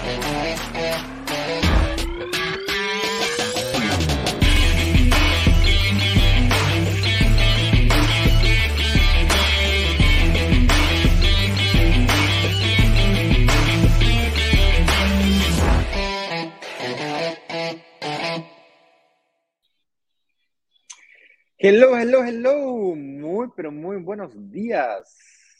Hello, hello, hello. Muy, pero muy buenos días.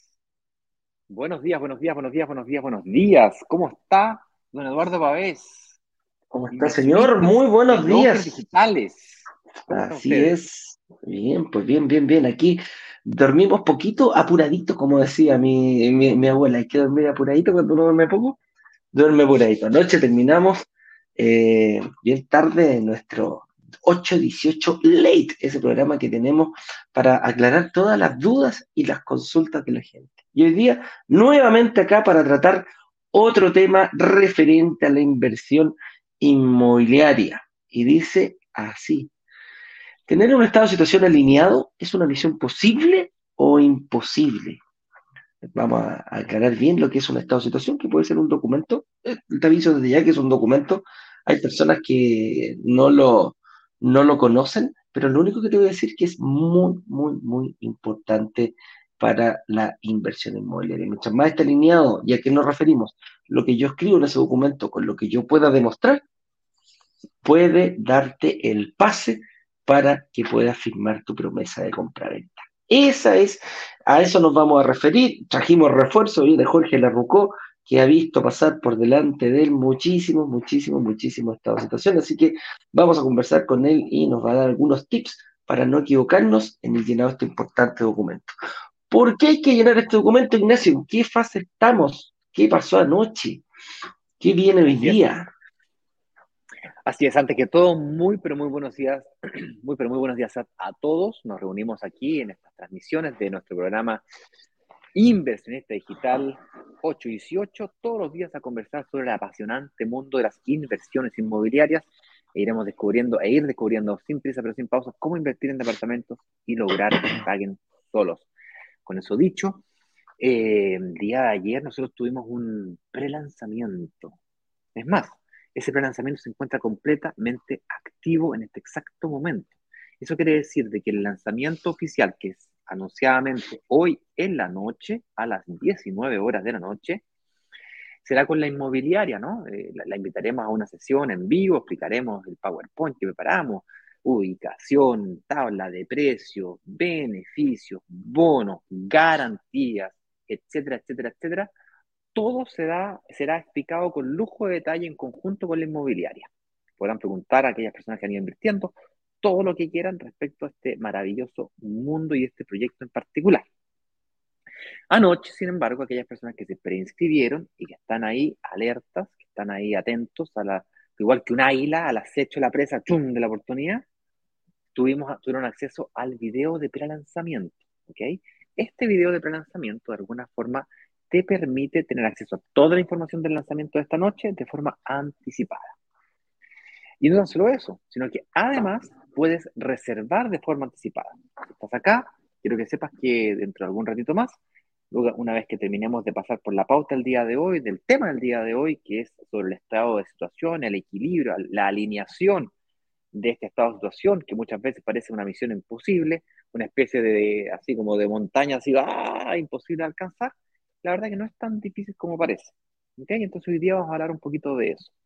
Buenos días, buenos días, buenos días, buenos días, buenos días. ¿Cómo está don Eduardo Pavés? ¿Cómo está, señor? Inversionistas Muy y buenos brokers días. digitales. ¿Cómo están Así ustedes? es. Bien, pues bien, bien, bien. Aquí dormimos poquito, apuradito, como decía mi abuela. Hay que dormir apuradito cuando uno duerme poco. Duerme apuradito. Anoche terminamos bien tarde en nuestro 8:18 Late, ese programa que tenemos para aclarar todas las dudas y las consultas de la gente. Y hoy día, nuevamente acá para tratar otro tema referente a la inversión inmobiliaria. Y dice así: ¿tener un estado de situación alineado es una visión posible o imposible? Vamos a aclarar bien lo que es un estado de situación, que puede ser un documento. Te aviso desde ya que es un documento. Hay personas que no lo conocen, pero lo único que te voy a decir es que es muy, muy, muy importante para la inversión inmobiliaria. Mientras más esté alineado, ¿y a qué nos referimos? Lo que yo escribo en ese documento con lo que yo pueda demostrar, puede darte el pase para que puedas firmar tu promesa de compra-venta. A eso nos vamos a referir. Trajimos refuerzo hoy de Jorge Larrucó, que ha visto pasar por delante de él muchísimos, muchísimos, muchísimos estados de situación. Así que vamos a conversar con él y nos va a dar algunos tips para no equivocarnos en el llenado de este importante documento. ¿Por qué hay que llenar este documento, Ignacio? ¿En qué fase estamos? ¿Qué pasó anoche? ¿Qué viene hoy Así es. día? Así es. Antes que todo, muy, pero muy buenos días. Muy, pero muy buenos días a todos. Nos reunimos aquí en estas transmisiones de nuestro programa Inversionista Digital 818, todos los días a conversar sobre el apasionante mundo de las inversiones inmobiliarias e iremos descubriendo e ir descubriendo sin prisa pero sin pausa cómo invertir en departamentos y lograr que paguen solos. Con eso dicho, el día de ayer nosotros tuvimos un prelanzamiento. Es más, ese prelanzamiento se encuentra completamente activo en este exacto momento. Eso quiere decir de que el lanzamiento oficial, que es anunciadamente hoy en la noche, a las 19 horas de la noche, será con la inmobiliaria, ¿no? La invitaremos a una sesión en vivo, explicaremos el PowerPoint que preparamos, ubicación, tabla de precios, beneficios, bonos, garantías, etcétera, etcétera, etcétera. Todo será explicado con lujo de detalle en conjunto con la inmobiliaria. Podrán preguntar a aquellas personas que han ido invirtiendo todo lo que quieran respecto a este maravilloso mundo y este proyecto en particular. Anoche, sin embargo, aquellas personas que se preinscribieron y que están ahí alertas, que están ahí atentos, igual que un águila al acecho de la presa, ¡chum!, de la oportunidad, tuvieron acceso al video de prelanzamiento, ¿ok? Este video de prelanzamiento, de alguna forma, te permite tener acceso a toda la información del lanzamiento de esta noche de forma anticipada. Y no tan solo eso, sino que además puedes reservar de forma anticipada. Si estás acá, quiero que sepas que dentro de algún ratito más, una vez que terminemos de pasar por la pauta del día de hoy, del tema del día de hoy, que es sobre el estado de situación, el equilibrio, la alineación de este estado de situación, que muchas veces parece una misión imposible, una especie de, así como de montaña, así, imposible de alcanzar, la verdad que no es tan difícil como parece. ¿Okay? Entonces hoy día vamos a hablar un poquito de eso.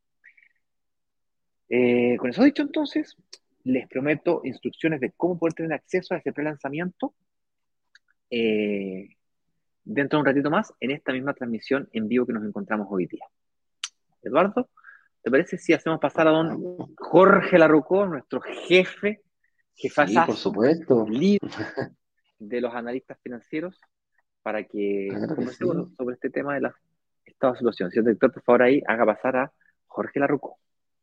Con eso dicho, entonces, les prometo instrucciones de cómo poder tener acceso a ese prelanzamiento eh, dentro de un ratito más en esta misma transmisión en vivo que nos encontramos hoy día. Eduardo, ¿te parece si hacemos pasar a don Jorge Larrucó, nuestro Sí, por jefazazo, supuesto. líder de los analistas financieros, para que Claro que conversemos sí. sobre este tema de la estado de situación? Señor director, por favor, ahí haga pasar a Jorge Larrucó.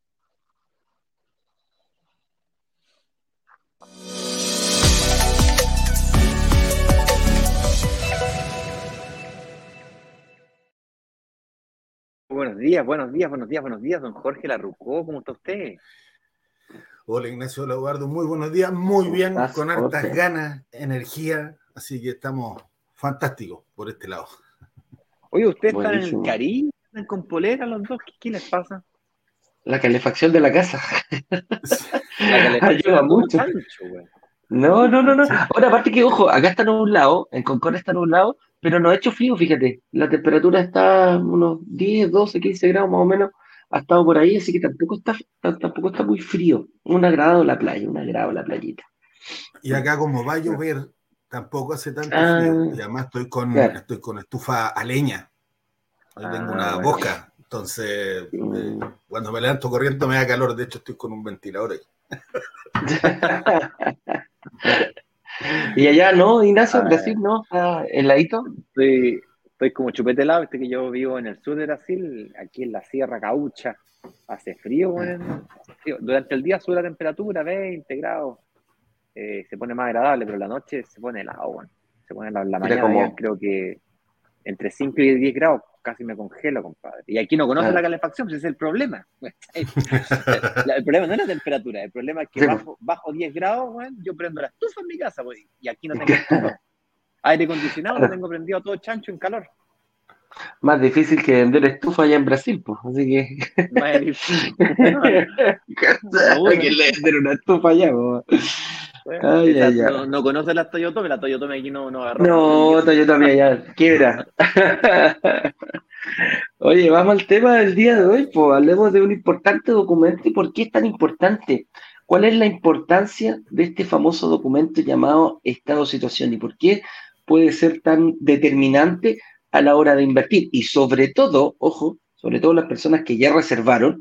Buenos días, buenos días, buenos días, buenos días, don Jorge Larrucó, ¿cómo está usted? Hola Ignacio, hola Eduardo, muy buenos días, muy ¿Cómo bien, estás, con hartas Jorge? ganas, energía, así que estamos fantásticos por este lado. Oye, ¿usted está en el Buenísimo. Caribe? andan con polera los dos? ¿Qué les pasa? La calefacción de la casa. La calefacción Ayuda es como mucho. chancho, güey. No. Sí. Ahora, aparte que, ojo, acá está nublado, en Concón está nublado, pero no ha hecho frío, fíjate. La temperatura está unos 10, 12, 15 grados más o menos. Ha estado por ahí, así que tampoco está muy frío. Un agrado la playita. Y acá como va a llover, tampoco hace tanto frío. Ah, Y además claro. estoy con estufa a leña. Yo tengo una Bueno. boca. Entonces, Mm. cuando me levanto corriendo me da calor. De hecho, estoy con un ventilador ahí. Y allá, ¿no, Ignacio? En Ah, Brasil, ¿no? ¿Está heladito? estoy como chupete helado, viste que yo vivo en el sur de Brasil, aquí en la Sierra Caucha. Hace frío, güey. Hace frío. Durante el día sube la temperatura, 20 grados. Se pone más agradable, pero la noche se pone helado, güey. Se pone la Era mañana, ya como, creo que entre 5 y 10 grados casi me congelo, compadre. Y aquí no conoce la claro. calefacción, pues ese es el problema. El problema no es la temperatura, el problema es que Sí, pues. bajo 10 grados, bueno, yo prendo la estufa en mi casa, pues, y aquí no tengo estufa. Aire acondicionado lo tengo prendido todo chancho en calor. Más difícil que vender estufa allá en Brasil, pues. Así que. Más difícil. ¿Quién le vender una estufa allá, pues? Bueno, Ay, esa, ay, ay. no conoce la Toyotome, la Toyotome aquí no agarró más de No, 10 años. Toyota mía ya, quiebra. Oye, vamos al tema del día de hoy, pues hablemos de un importante documento y por qué es tan importante. ¿Cuál es la importancia de este famoso documento llamado Estado de Situación y por qué puede ser tan determinante a la hora de invertir? Y sobre todo, ojo, sobre todo las personas que ya reservaron,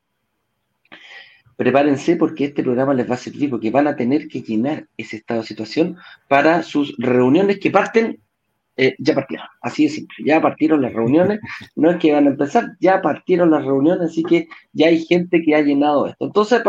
prepárense porque este programa les va a servir, porque van a tener que llenar ese estado de situación para sus reuniones que parten, ya partieron, así de simple, ya partieron las reuniones, no es que van a empezar, ya partieron las reuniones, así que ya hay gente que ha llenado esto. Entonces,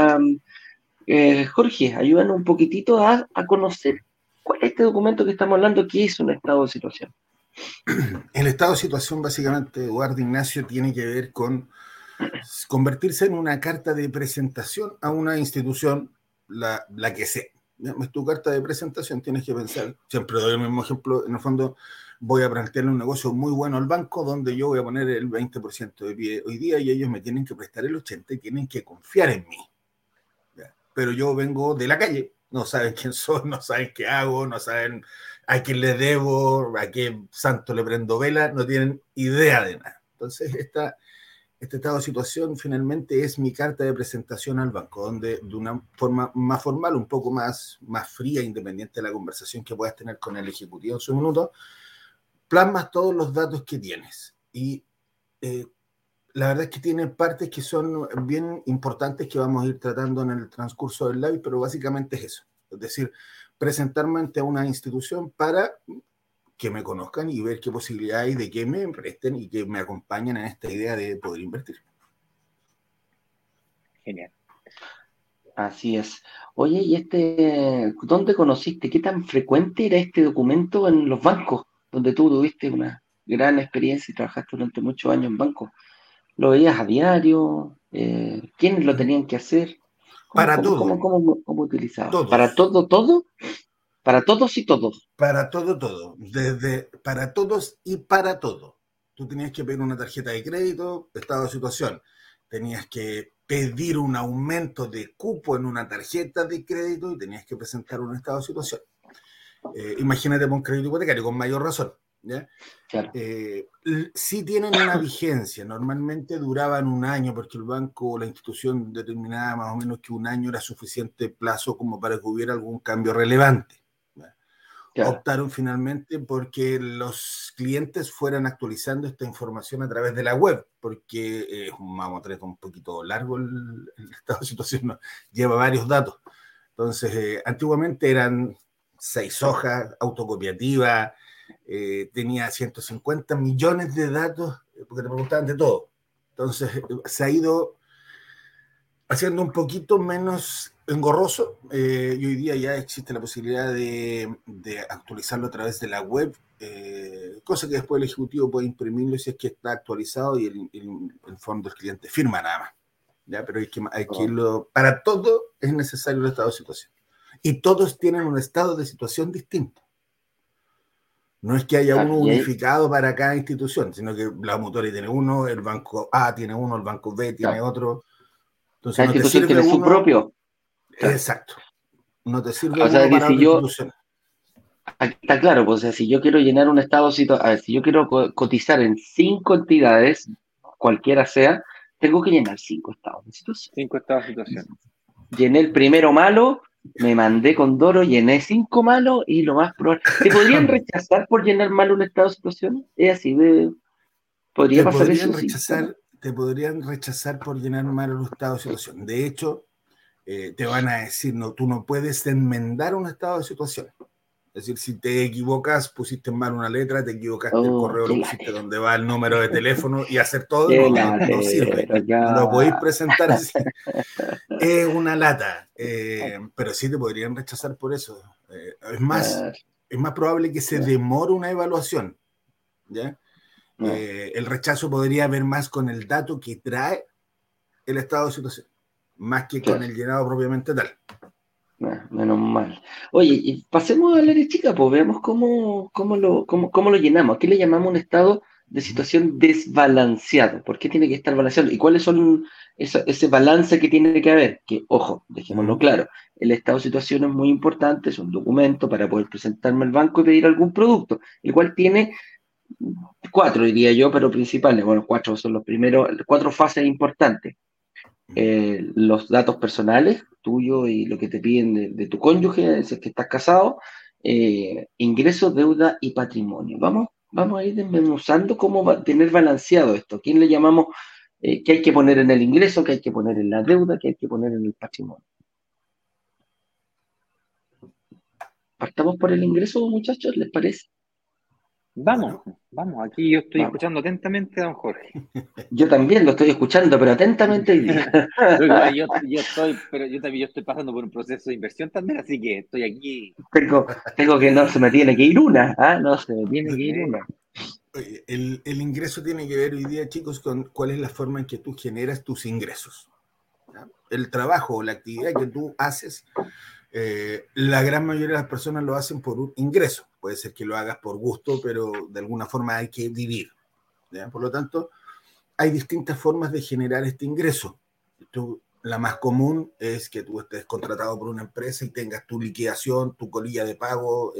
Jorge, ayúdanos un poquitito a conocer cuál es este documento que estamos hablando, qué es un estado de situación. El estado de situación, básicamente, Eduardo Ignacio, tiene que ver con convertirse en una carta de presentación a una institución, la que sea. Es tu carta de presentación, tienes que pensar, siempre doy el mismo ejemplo, en el fondo voy a plantearle un negocio muy bueno al banco donde yo voy a poner el 20% de pie hoy día y ellos me tienen que prestar el 80% y tienen que confiar en mí. Pero yo vengo de la calle, no saben quién soy, no saben qué hago, no saben a quién le debo, a qué santo le prendo vela, no tienen idea de nada. Entonces, este estado de situación finalmente es mi carta de presentación al banco, donde de una forma más formal, un poco más fría, independiente de la conversación que puedas tener con el ejecutivo en su minuto, plasmas todos los datos que tienes. Y la verdad es que tiene partes que son bien importantes que vamos a ir tratando en el transcurso del live, pero básicamente es eso. Es decir, presentarme ante una institución para que me conozcan y ver qué posibilidades hay de que me presten y que me acompañen en esta idea de poder invertir. Genial. Así es. Oye, ¿y dónde conociste? ¿Qué tan frecuente era este documento en los bancos, donde tú tuviste una gran experiencia y trabajaste durante muchos años en bancos? ¿Lo veías a diario? ¿Quiénes lo tenían que hacer? ¿Cómo, Para cómo, todo, cómo, cómo utilizabas? ¿Para todos, todo, todo? ¿Para todos y todos? para todo, desde para todos y para todo. Tú tenías que pedir una tarjeta de crédito, estado de situación. Tenías que pedir un aumento de cupo en una tarjeta de crédito y tenías que presentar un estado de situación. Imagínate por un crédito hipotecario, con mayor razón. ¿Ya? Claro, Sí tienen una vigencia, normalmente duraban un año porque el banco o la institución determinaba más o menos que un año era suficiente plazo como para que hubiera algún cambio relevante. claro. Optaron finalmente porque los clientes fueran actualizando esta información a través de la web, porque es un mamotreto un poquito largo el estado de situación, ¿no? Lleva varios datos. Entonces, antiguamente eran 6 hojas, autocopiativa, tenía 150 millones de datos, porque te preguntaban de todo. Entonces, se ha ido haciendo un poquito menos engorroso y hoy día ya existe la posibilidad de actualizarlo a través de la web, cosa que después el ejecutivo puede imprimirlo si es que está actualizado y el fondo del cliente firma nada más. ¿Ya? Pero hay que Oh, irlo, para todo es necesario el estado de situación. Y todos tienen un estado de situación distinto. No es que haya Claro, uno y ahí, unificado para cada institución, sino que la Mutual tiene uno, el banco A tiene uno, el banco B tiene claro, otro. Entonces cada no te institución sirve tiene su uno, propio. Claro. exacto, no te sirve O sea uno que para si otra yo, institución. aquí está claro, pues, o sea, si yo quiero llenar un estado, a ver, si yo quiero cotizar en 5 entidades, cualquiera sea, tengo que llenar 5 estados de situación. 5 estados de situación. Llené el primero malo, me mandé con Doro, llené 5 malos y lo más probable. ¿Te podrían rechazar por llenar mal un estado de situación? Es así, ¿podría Te pasar podrían eso? Sí, rechazar, te podrían rechazar por llenar mal el estado de situación. De hecho, te van a decir, no, tú no puedes enmendar un estado de situación. Es decir, si te equivocas, pusiste mal una letra, te equivocaste, el Oh, correo qué lo pusiste latero, donde va el número de teléfono y hacer todo de qué nuevo, no, no sirve. latero, No lo podéis ya. presentar así. Es una lata, pero sí te podrían rechazar por eso. Ah, Es más probable que se ya, demore una evaluación, ¿ya? ya. El rechazo podría ver más con el dato que trae el estado de situación, más que con Claro. el llenado propiamente tal. Menos mal. Oye, y pasemos a la área chica, pues veamos cómo lo llenamos. Aquí le llamamos un estado de situación desbalanceado. ¿Por qué tiene que estar balanceado? ¿Y cuáles son ese balance que tiene que haber? Que, ojo, dejémoslo ¿Mm? claro, el estado de situación es muy importante, es un documento para poder presentarme al banco y pedir algún producto, el cual tiene 4, diría yo, pero principales. Bueno, 4 son los primeros, 4 fases importantes. Los datos personales tuyo y lo que te piden de tu cónyuge, si es que estás casado, ingresos, deuda y patrimonio. Vamos a ir desmenuzando cómo va a tener balanceado esto. ¿Quién le llamamos? ¿Qué hay que poner en el ingreso? ¿Qué hay que poner en la deuda? ¿Qué hay que poner en el patrimonio? Partamos por el ingreso, muchachos, ¿les parece? Vamos, Bueno, vamos, aquí yo estoy Vamos. escuchando atentamente a don Jorge. Yo también lo estoy escuchando, pero atentamente hoy día. Lo que pasa, yo estoy, pero yo también yo estoy pasando por un proceso de inversión también, así que estoy aquí. Tengo que no se me tiene que ir una, ¿ah? No se me tiene que ir una. el ingreso tiene que ver hoy día, chicos, con cuál es la forma en que tú generas tus ingresos. ¿Ya? El trabajo o la actividad que tú haces, la gran mayoría de las personas lo hacen por un ingreso. Puede ser que lo hagas por gusto, pero de alguna forma hay que vivir. ¿Ya? Por lo tanto, hay distintas formas de generar este ingreso. La más común es que tú estés contratado por una empresa y tengas tu liquidación, tu colilla de pago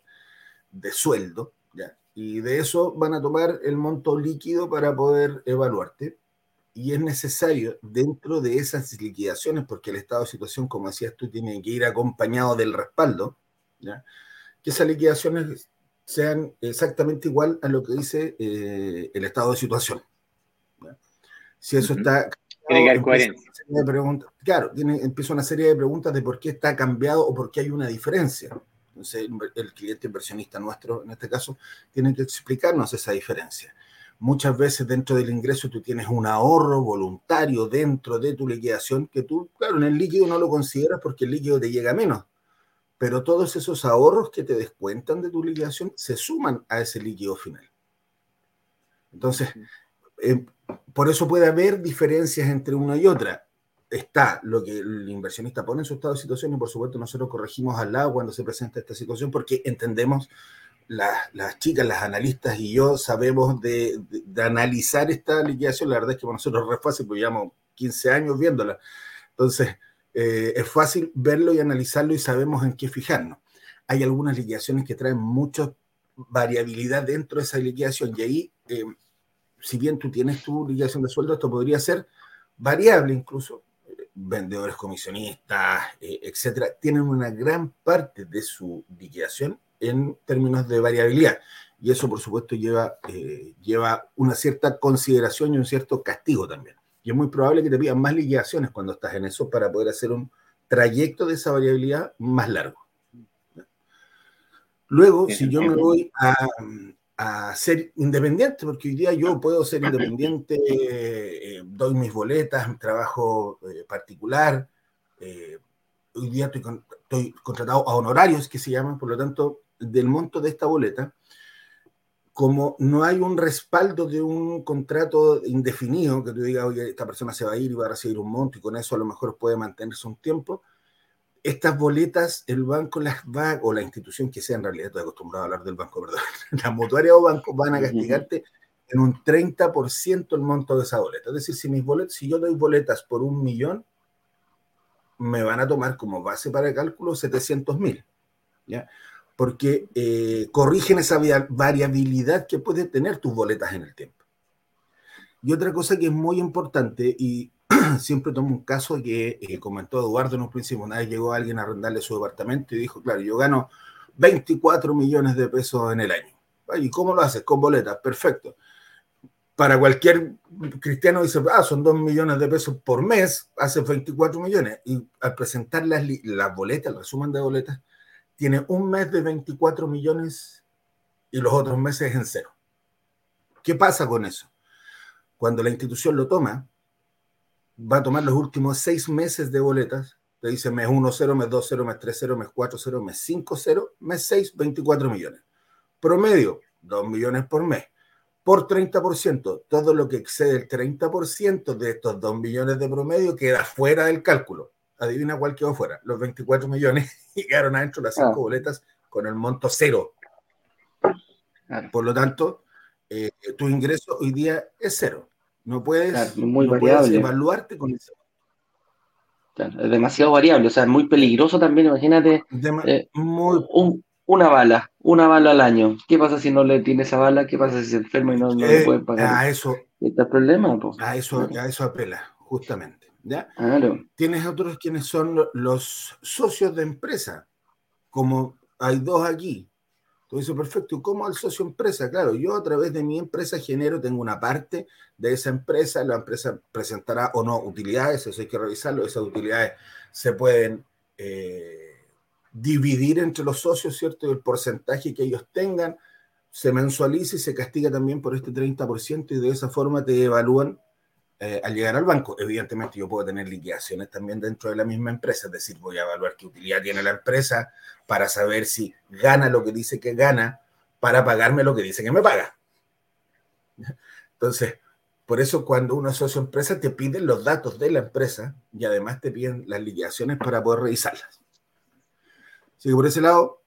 de sueldo, ¿ya? Y de eso van a tomar el monto líquido para poder evaluarte. Y es necesario dentro de esas liquidaciones, porque el estado de situación, como decías tú, tiene que ir acompañado del respaldo, ¿ya? Que esas liquidaciones sean exactamente igual a lo que dice el estado de situación. ¿Ya? Si eso Ujú. está Tiene que cambiado, haber empieza coherencia. una serie de preguntas. Claro, empieza una serie de preguntas de por qué está cambiado o por qué hay una diferencia. Entonces, el cliente inversionista nuestro, en este caso, tiene que explicarnos esa diferencia. Muchas veces dentro del ingreso tú tienes un ahorro voluntario dentro de tu liquidación que tú, claro, en el líquido no lo consideras porque el líquido te llega menos, pero todos esos ahorros que te descuentan de tu liquidación se suman a ese líquido final. Entonces, Ujú. eh, por eso puede haber diferencias entre una y otra. Está lo que el inversionista pone en su estado de situación y por supuesto nosotros corregimos al lado cuando se presenta esta situación porque entendemos, las chicas, las analistas y yo sabemos de analizar esta liquidación. La verdad es que para nosotros es re fácil porque llevamos 15 años viéndola. Entonces, es fácil verlo y analizarlo y sabemos en qué fijarnos. Hay algunas liquidaciones que traen mucha variabilidad dentro de esa liquidación y ahí si bien tú tienes tu liquidación de sueldo, esto podría ser variable incluso. Vendedores comisionistas, etcétera, tienen una gran parte de su liquidación en términos de variabilidad. Y eso, por supuesto, lleva una cierta consideración y un cierto castigo también. Y es muy probable que te pidan más liquidaciones cuando estás en eso para poder hacer un trayecto de esa variabilidad más largo. Luego, Tiene si yo me sentido. voy a ser independiente, porque hoy día yo puedo ser independiente, doy mis boletas, trabajo particular, hoy día estoy contratado a honorarios que se llaman, por lo tanto, del monto de esta boleta, como no hay un respaldo de un contrato indefinido, que tú digas, oye, esta persona se va a ir y va a recibir un monto y con eso a lo mejor puede mantenerse un tiempo, estas boletas el banco las va, o la institución que sea, en realidad estoy acostumbrado a hablar del banco, perdón, las mutuarias o bancos van a castigarte en un 30% el monto de esa boleta. Es decir, si yo doy boletas por 1.000.000, me van a tomar como base para el cálculo 700.000, ¿ya? Porque corrigen esa variabilidad que pueden tener tus boletas en el tiempo. Y otra cosa que es muy importante, y siempre tomo un caso que comentó Eduardo en un principio. Una vez llegó alguien a arrendarle su departamento y dijo, claro, yo gano 24 millones de pesos en el año. ¿Y cómo lo haces? Con boletas, perfecto. Para cualquier cristiano dice, son 2 millones de pesos por mes, hace 24 millones. Y al presentar las boletas, el resumen de boletas, tiene un mes de 24 millones y los otros meses en cero. ¿Qué pasa con eso? Cuando la institución lo toma, va a tomar los últimos 6 meses de boletas. Te dice mes 1, 0, mes 2, 0, mes 3, 0, mes 4, 0, mes 5, 0, mes 6, 24 millones. Promedio, 2 millones por mes. Por 30%, todo lo que excede el 30% de estos 2 millones de promedio queda fuera del cálculo. Adivina cuál quedó fuera. Los 24 millones y quedaron adentro las 5 boletas con el monto cero. Por lo tanto, tu ingreso hoy día es cero. No puedes, puedes evaluarte con eso. Claro, es demasiado variable, o sea, es muy peligroso también. Imagínate una bala al año. ¿Qué pasa si no le tiene esa bala? ¿Qué pasa si se enferma y no le pueden pagar? ¿Está el problema? Pues. A eso apela, justamente. ¿Ya? Claro. Tienes otros quienes son los socios de empresa, como hay dos aquí. Entonces, perfecto. ¿Cómo al socio empresa? Claro, yo a través de mi empresa tengo una parte de esa empresa, la empresa presentará o no utilidades, eso hay que revisarlo, esas utilidades se pueden dividir entre los socios, ¿cierto? Y el porcentaje que ellos tengan se mensualiza y se castiga también por este 30% y de esa forma te evalúan al llegar al banco. Evidentemente yo puedo tener liquidaciones también dentro de la misma empresa, es decir, voy a evaluar qué utilidad tiene la empresa para saber si gana lo que dice que gana para pagarme lo que dice que me paga. Entonces, por eso cuando uno es socio empresa te piden los datos de la empresa y además te piden las liquidaciones para poder revisarlas. Así que por ese lado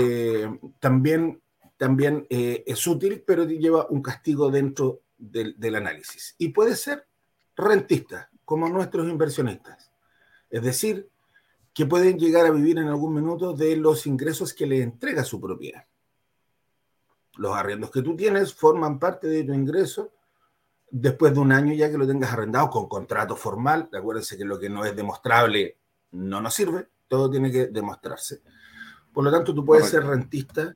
también es útil, pero te lleva un castigo dentro del análisis. Y puede ser rentistas, como nuestros inversionistas. Es decir, que pueden llegar a vivir en algún minuto de los ingresos que le entrega su propiedad. Los arriendos que tú tienes forman parte de tu ingreso después de un año ya que lo tengas arrendado con contrato formal. Acuérdense que lo que no es demostrable no nos sirve, todo tiene que demostrarse. Por lo tanto, tú puedes ser rentista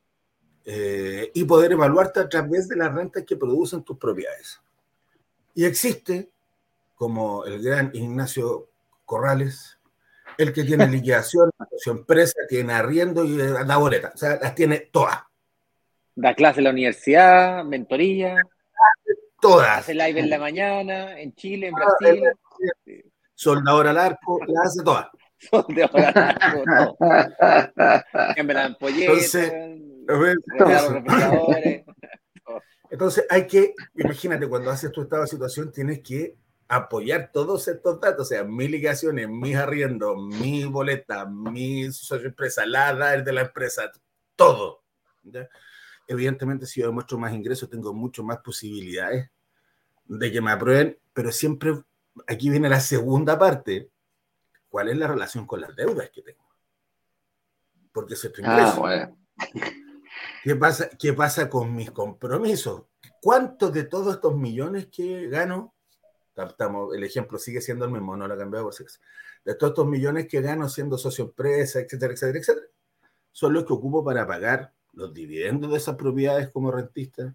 y poder evaluarte a través de las rentas que producen tus propiedades. Y existe, como el gran Ignacio Corrales, el que tiene liquidación, su empresa tiene arriendo y da boleta. O sea, las tiene todas. Da clase en la universidad, mentoría. Todas. Hace live en la mañana, en Chile, en Brasil. Soldador al arco, las hace todas. Soldador al arco, no. Siembra ampolletas, repara los refrigeradores. Entonces hay que, imagínate, cuando haces tu estado de situación, tienes que apoyar todos estos datos, o sea, mis liquidaciones, mis arriendos, mi boleta, mi socio empresa, la de la empresa, todo. ¿Ya? Evidentemente, si yo demuestro más ingresos, tengo mucho más posibilidades de que me aprueben, pero siempre aquí viene la segunda parte. ¿Cuál es la relación con las deudas que tengo? Porque es tu ingreso. Bueno. ¿Qué pasa con mis compromisos? ¿Cuántos de todos estos millones que gano? El ejemplo sigue siendo el mismo, no lo he cambiado por sexo. De todos estos millones que gano siendo socio empresa, etcétera, etcétera, etcétera, son los que ocupo para pagar los dividendos de esas propiedades como rentista,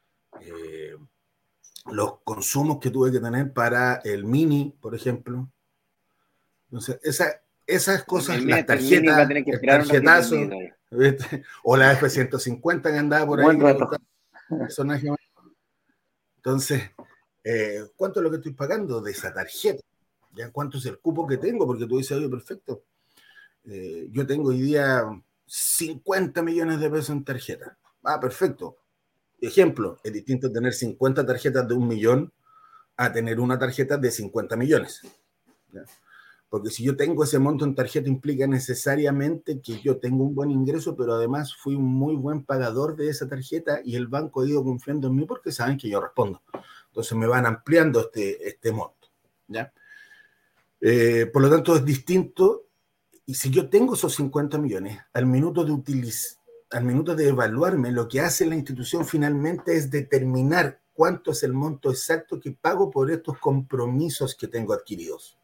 los consumos que tuve que tener para el mini, por ejemplo. Entonces, esas cosas, las tarjetas, el tarjetazo, o la F-150 que andaba por ahí. Personaje. Entonces, ¿cuánto es lo que estoy pagando de esa tarjeta? ¿Ya? ¿Cuánto es el cupo que tengo? Porque tú dices, oye, perfecto, yo tengo hoy día 50 millones de pesos en tarjeta. Perfecto. Ejemplo, es distinto tener 50 tarjetas de 1 millón a tener una tarjeta de 50 millones. ¿Ya? Porque si yo tengo ese monto en tarjeta implica necesariamente que yo tengo un buen ingreso, pero además fui un muy buen pagador de esa tarjeta y el banco ha ido confiando en mí porque saben que yo respondo. Entonces me van ampliando este monto, ¿ya? Por lo tanto es distinto. Y si yo tengo esos 50 millones, al minuto de evaluarme, lo que hace la institución finalmente es determinar cuánto es el monto exacto que pago por estos compromisos que tengo adquiridos.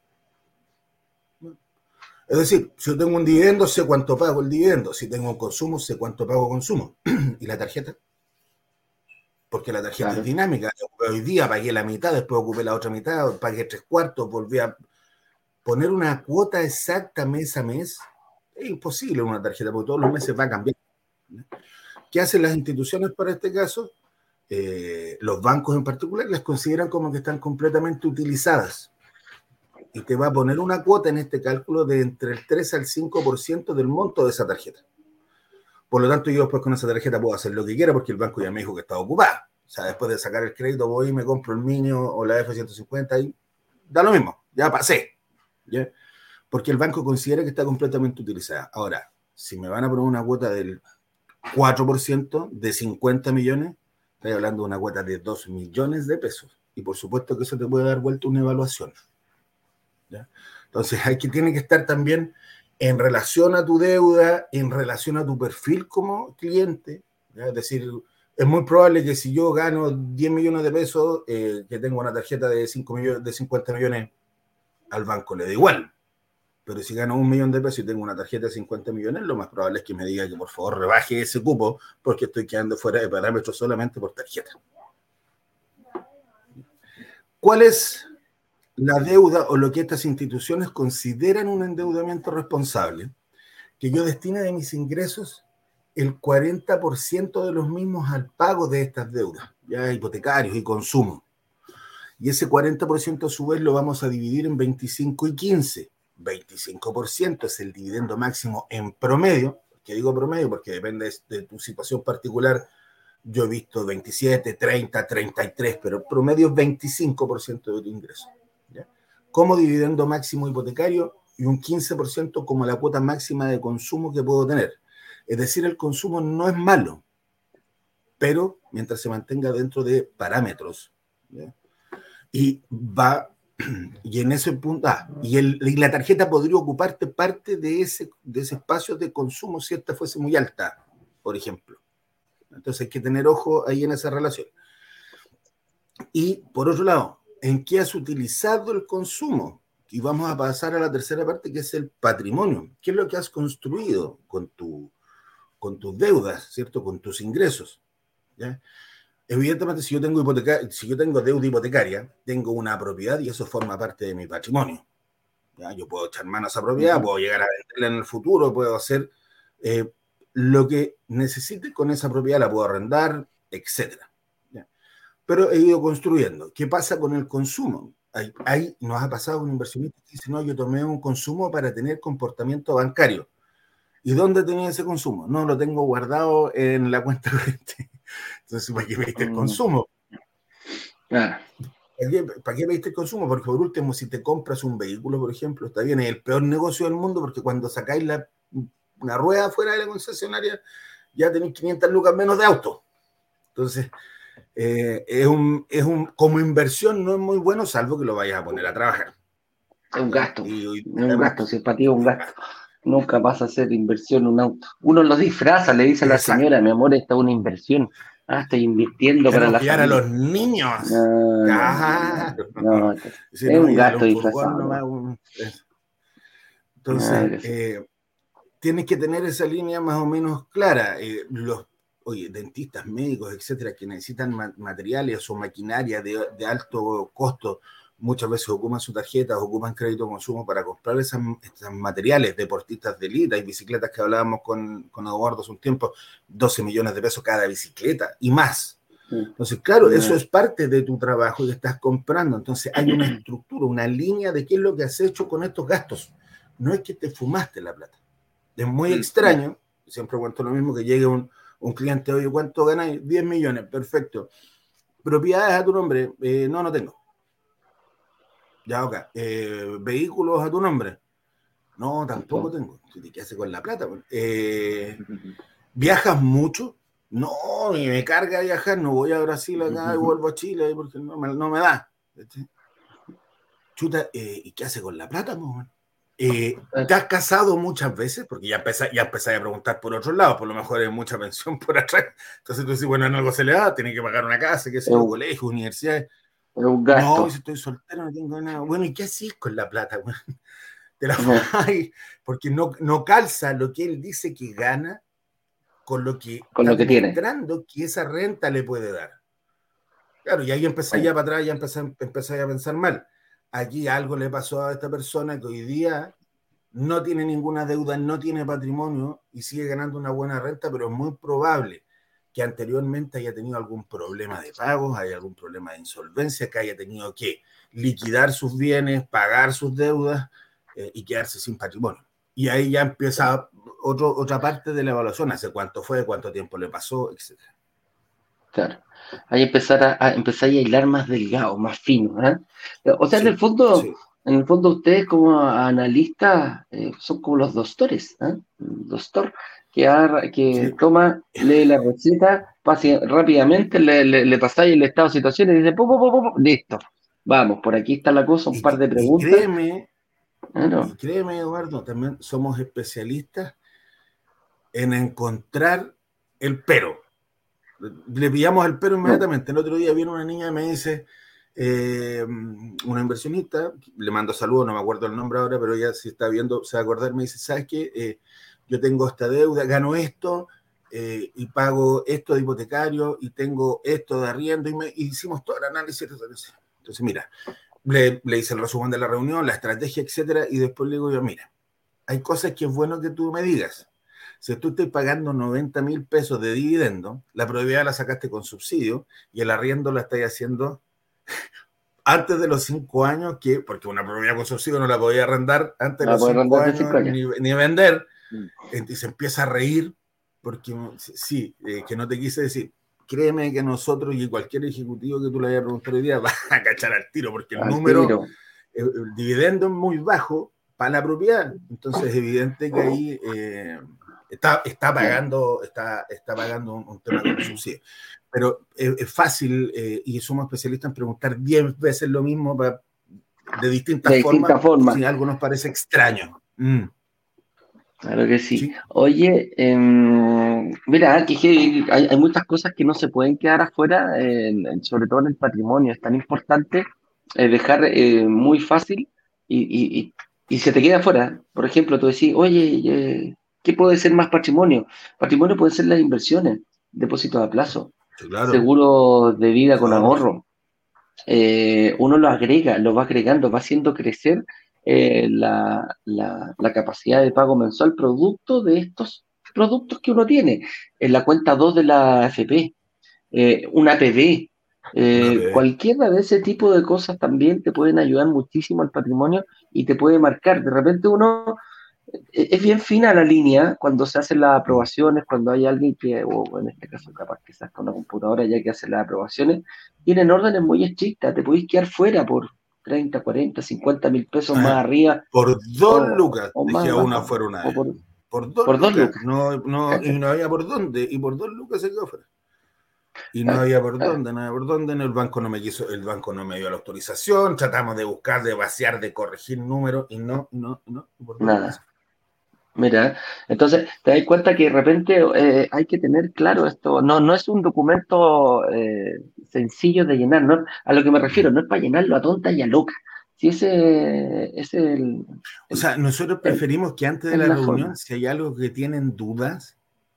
Es decir, si yo tengo un dividendo, sé cuánto pago el dividendo. Si tengo un consumo, sé cuánto pago consumo. ¿Y la tarjeta? Porque la tarjeta es dinámica. Hoy día pagué la mitad, después ocupé la otra mitad, pagué 3/4, volví a poner una cuota exacta mes a mes. Es imposible en una tarjeta, porque todos los meses va a cambiar. ¿Qué hacen las instituciones para este caso? Los bancos en particular las consideran como que están completamente utilizadas. Y te va a poner una cuota en este cálculo de entre el 3 al 5% del monto de esa tarjeta. Por lo tanto, yo después con esa tarjeta puedo hacer lo que quiera porque el banco ya me dijo que estaba ocupada. O sea, después de sacar el crédito voy y me compro el Minio o la F-150 y da lo mismo, ya pasé. ¿Ya? Porque el banco considera que está completamente utilizada. Ahora, si me van a poner una cuota del 4% de 50 millones, estoy hablando de una cuota de 2 millones de pesos. Y por supuesto que eso te puede dar vuelta una evaluación. ¿Ya? Entonces, tiene que estar también en relación a tu deuda, en relación a tu perfil como cliente. ¿Ya? Es decir, es muy probable que si yo gano 10 millones de pesos, que tengo una tarjeta de 5 millones, de 50 millones, al banco le da igual. Pero si gano 1 millón de pesos y tengo una tarjeta de 50 millones, lo más probable es que me diga que por favor rebaje ese cupo porque estoy quedando fuera de parámetros solamente por tarjeta. ¿Cuál es la deuda o lo que estas instituciones consideran un endeudamiento responsable? Que yo destine de mis ingresos el 40% de los mismos al pago de estas deudas, ya hipotecarios y consumo. Y ese 40% a su vez lo vamos a dividir en 25 y 15. 25% es el dividendo máximo en promedio. ¿Qué digo promedio? Porque depende de tu situación particular. Yo he visto 27, 30, 33, pero promedio es 25% de tu ingreso. ¿Ya? Como dividendo máximo hipotecario y un 15% como la cuota máxima de consumo que puedo tener. Es decir, el consumo no es malo, pero mientras se mantenga dentro de parámetros. ¿Ya? Y en ese punto, y la tarjeta podría ocuparte parte de ese espacio de consumo si esta fuese muy alta, por ejemplo. Entonces hay que tener ojo ahí en esa relación. Y por otro lado, ¿en qué has utilizado el consumo? Y vamos a pasar a la tercera parte, que es el patrimonio. ¿Qué es lo que has construido con tus deudas, ¿cierto? Con tus ingresos. ¿Ya? Evidentemente, si yo tengo deuda hipotecaria, tengo una propiedad y eso forma parte de mi patrimonio. ¿Ya? Yo puedo echar mano a esa propiedad, puedo llegar a venderla en el futuro, puedo hacer lo que necesite con esa propiedad, la puedo arrendar, etc. ¿Ya? Pero he ido construyendo. ¿Qué pasa con el consumo? Ahí nos ha pasado un inversionista que dice, no, yo tomé un consumo para tener comportamiento bancario. ¿Y dónde tenía ese consumo? No, lo tengo guardado en la cuenta corriente. Entonces, ¿para qué veiste el consumo? ¿Para qué veiste el consumo? Porque por último, si te compras un vehículo, por ejemplo, está bien, es el peor negocio del mundo porque cuando sacáis una rueda fuera de la concesionaria, ya tenéis 500 lucas menos de auto. Entonces, como inversión no es muy bueno, salvo que lo vayas a poner a trabajar. Es un gasto, si es para ti es un gasto. Nunca pasa a ser inversión un auto. Uno lo disfraza, le dice a la señora, mi amor, esta es una inversión. Estoy invirtiendo para la familia. A los niños. No, es un gasto disfrazado. Entonces, tienes que tener esa línea más o menos clara. Dentistas, médicos, etcétera, que necesitan materiales o maquinaria de alto costo, muchas veces ocupan su tarjeta, ocupan crédito de consumo para comprar esos materiales. Deportistas de élite, hay bicicletas que hablábamos con Eduardo hace un tiempo, 12 millones de pesos cada bicicleta y más. Entonces, claro, eso es parte de tu trabajo y estás comprando. Entonces, hay una estructura, una línea de qué es lo que has hecho con estos gastos. No es que te fumaste la plata. Es muy extraño, siempre cuento lo mismo, que llegue un cliente, oye, ¿cuánto ganáis? 10 millones, perfecto. ¿Propiedades a tu nombre? No tengo. Ya, ok. ¿Vehículos a tu nombre? No, tampoco Tampoco. tengo. ¿Qué hace con la plata? Pues? ¿Viajas mucho? No, me carga viajar, no voy a Brasil acá y vuelvo a Chile porque no me da. Chuta, ¿y qué hace con la plata, pues? ¿Te has casado muchas veces? Porque ya empecé a preguntar por otro lado, por lo mejor hay mucha pensión por atrás. Entonces tú dices, bueno, en algo se le da, tiene que pagar una casa, qué sé Es yo, un, colegio, universidades. es un No, gasto. si estoy soltero, no tengo nada. Bueno, ¿y qué haces con la plata, güey? Te la Ajá. vas, porque no calza lo que él dice que gana con lo que Con está lo que tiene. demostrando que esa renta le puede dar. Claro, y ahí empecé Bueno, ya para atrás, ya empecé a pensar mal. Aquí algo le pasó a esta persona que hoy día no tiene ninguna deuda, no tiene patrimonio y sigue ganando una buena renta, pero es muy probable que anteriormente haya tenido algún problema de pagos, haya algún problema de insolvencia, que haya tenido que liquidar sus bienes, pagar sus deudas y quedarse sin patrimonio. Y ahí ya empieza otra parte de la evaluación, hace cuánto fue, cuánto tiempo le pasó, etcétera. claro. Ahí empezar a hilar más delgado, más fino, ¿eh? O sea, Sí, sí. en el fondo ustedes como analistas son como los doctores, ¿eh? El doctor que Sí. toma, lee la receta, pasa rápidamente, le pasáis el estado de situación y dice, listo, vamos, por aquí está la cosa, un Y, par de y preguntas. créeme, Claro. y créeme, Eduardo, también somos especialistas en encontrar el pero. Le pillamos el pero No, inmediatamente. El otro día viene una niña y me dice, una inversionista, le mando saludos, no me acuerdo el nombre ahora, pero ella si está viendo, se va a acordar, me dice, ¿sabes qué? Yo tengo esta deuda, gano esto y pago esto de hipotecario y tengo esto de arriendo y hicimos todo el análisis. Entonces, mira, le hice el resumen de la reunión, la estrategia, etcétera, y después le digo yo, mira, hay cosas que es bueno que tú me digas. Si tú estás pagando 90.000 pesos de dividendo, la propiedad la sacaste con subsidio y el arriendo la estás haciendo antes de los 5 años, porque una propiedad con subsidio no la podía arrendar antes de va a los poder cinco andar de 5 años años. ni vender, y se empieza a reír, porque sí, que no te quise decir. Créeme que nosotros y cualquier ejecutivo que tú le vayas a preguntar hoy día va a cachar al tiro, porque el Al número, tiro. el dividendo es muy bajo para la propiedad. Entonces es evidente que ahí está Claro. pagando un tema con subsidio. Pero es fácil y somos especialistas en preguntar 10 veces lo mismo de De distintas formas distintas formas. si algo nos parece extraño. Claro que sí. Sí, Oye, mira, hay muchas cosas que no se pueden quedar afuera, sobre todo en el patrimonio. Es tan importante dejar muy fácil y se te queda afuera. Por ejemplo, tú decís, oye, ¿qué puede ser más patrimonio? Patrimonio puede ser las inversiones, depósitos a plazo, sí, claro. seguros de vida con Ahorros. ahorro. Uno lo agrega, lo va agregando, va haciendo crecer la capacidad de pago mensual producto de estos productos que uno tiene. En la cuenta 2 de la AFP, una APB, Una PB. cualquiera de ese tipo de cosas también te pueden ayudar muchísimo al patrimonio y te puede marcar. De repente uno es bien fina la línea cuando se hacen las aprobaciones, cuando hay alguien que, o en este caso capaz que sea hasta una computadora ya que hace las aprobaciones, tienen órdenes muy estrictas, te podéis quedar fuera por 30, 40, 50.000 pesos más arriba Por 2 lucas, o más dejé a una abajo, afuera una o vez. Por dos por dos lucas, lucas. y ¿Cachai? no había por dónde, y por 2 lucas se quedó fuera. Y no Claro, había por claro, dónde, no había por dónde, el banco no me quiso, el banco no me dio la autorización, tratamos de buscar, de vaciar, de corregir números, y no, por 2 lucas. nada. Mira, entonces te das cuenta que de repente hay que tener claro esto, no es un documento sencillo de llenar, ¿no? A lo que me refiero, no es para llenarlo a tonta y a loca. Si ese es O sea, nosotros el- preferimos que antes de es la la reunión, forma. si hay algo que tienen dudas,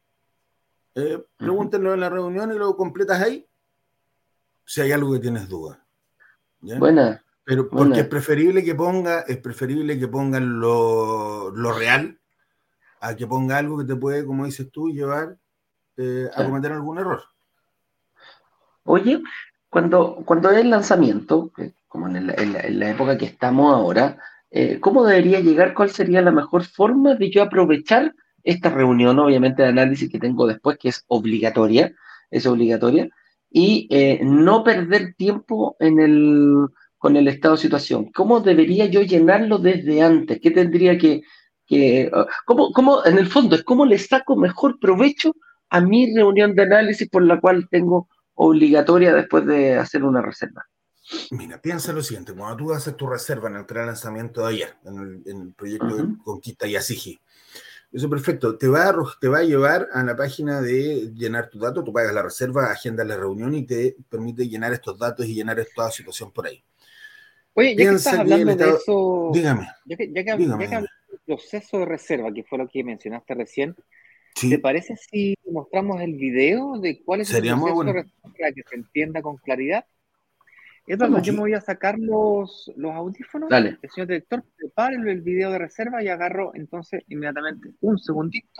Ujú. pregúntenlo en la reunión y lo completas ahí, si hay algo que tienes dudas, ¿ya? Buena, Pero porque buena. es preferible que pongan lo real a que ponga algo que te puede, como dices tú, llevar a Claro. cometer algún error. Oye, cuando es el lanzamiento, como en la época que estamos ahora, ¿cómo debería llegar? ¿Cuál sería la mejor forma de yo aprovechar esta reunión, obviamente, de análisis que tengo después, que es obligatoria, y no perder tiempo con el estado de situación? ¿Cómo debería yo llenarlo desde antes? ¿Qué tendría cómo, en el fondo, es cómo le saco mejor provecho a mi reunión de análisis por la cual tengo obligatoria después de hacer una reserva? Mira, piensa lo siguiente, cuando tú haces tu reserva en el pre-lanzamiento de ayer, en el proyecto de Ujú. Conquista Yasigi, eso perfecto, te va a llevar a la página de llenar tus datos, tú pagas la reserva, agendas la reunión y te permite llenar estos datos y llenar toda situación por ahí. Oye, ya que estás Piensa que el hablando de Estado... eso, Dígame, ya que dígame. hablas del proceso de reserva, que fue lo que mencionaste recién, ¿te Sí, parece si mostramos el video de cuál es ese sería muy proceso de bueno. reserva para que se entienda con claridad? Eduardo, ¿Cómo? yo me voy a sacar los audífonos. Dale. El señor director, prepare el video de reserva y agarro entonces inmediatamente un segundito.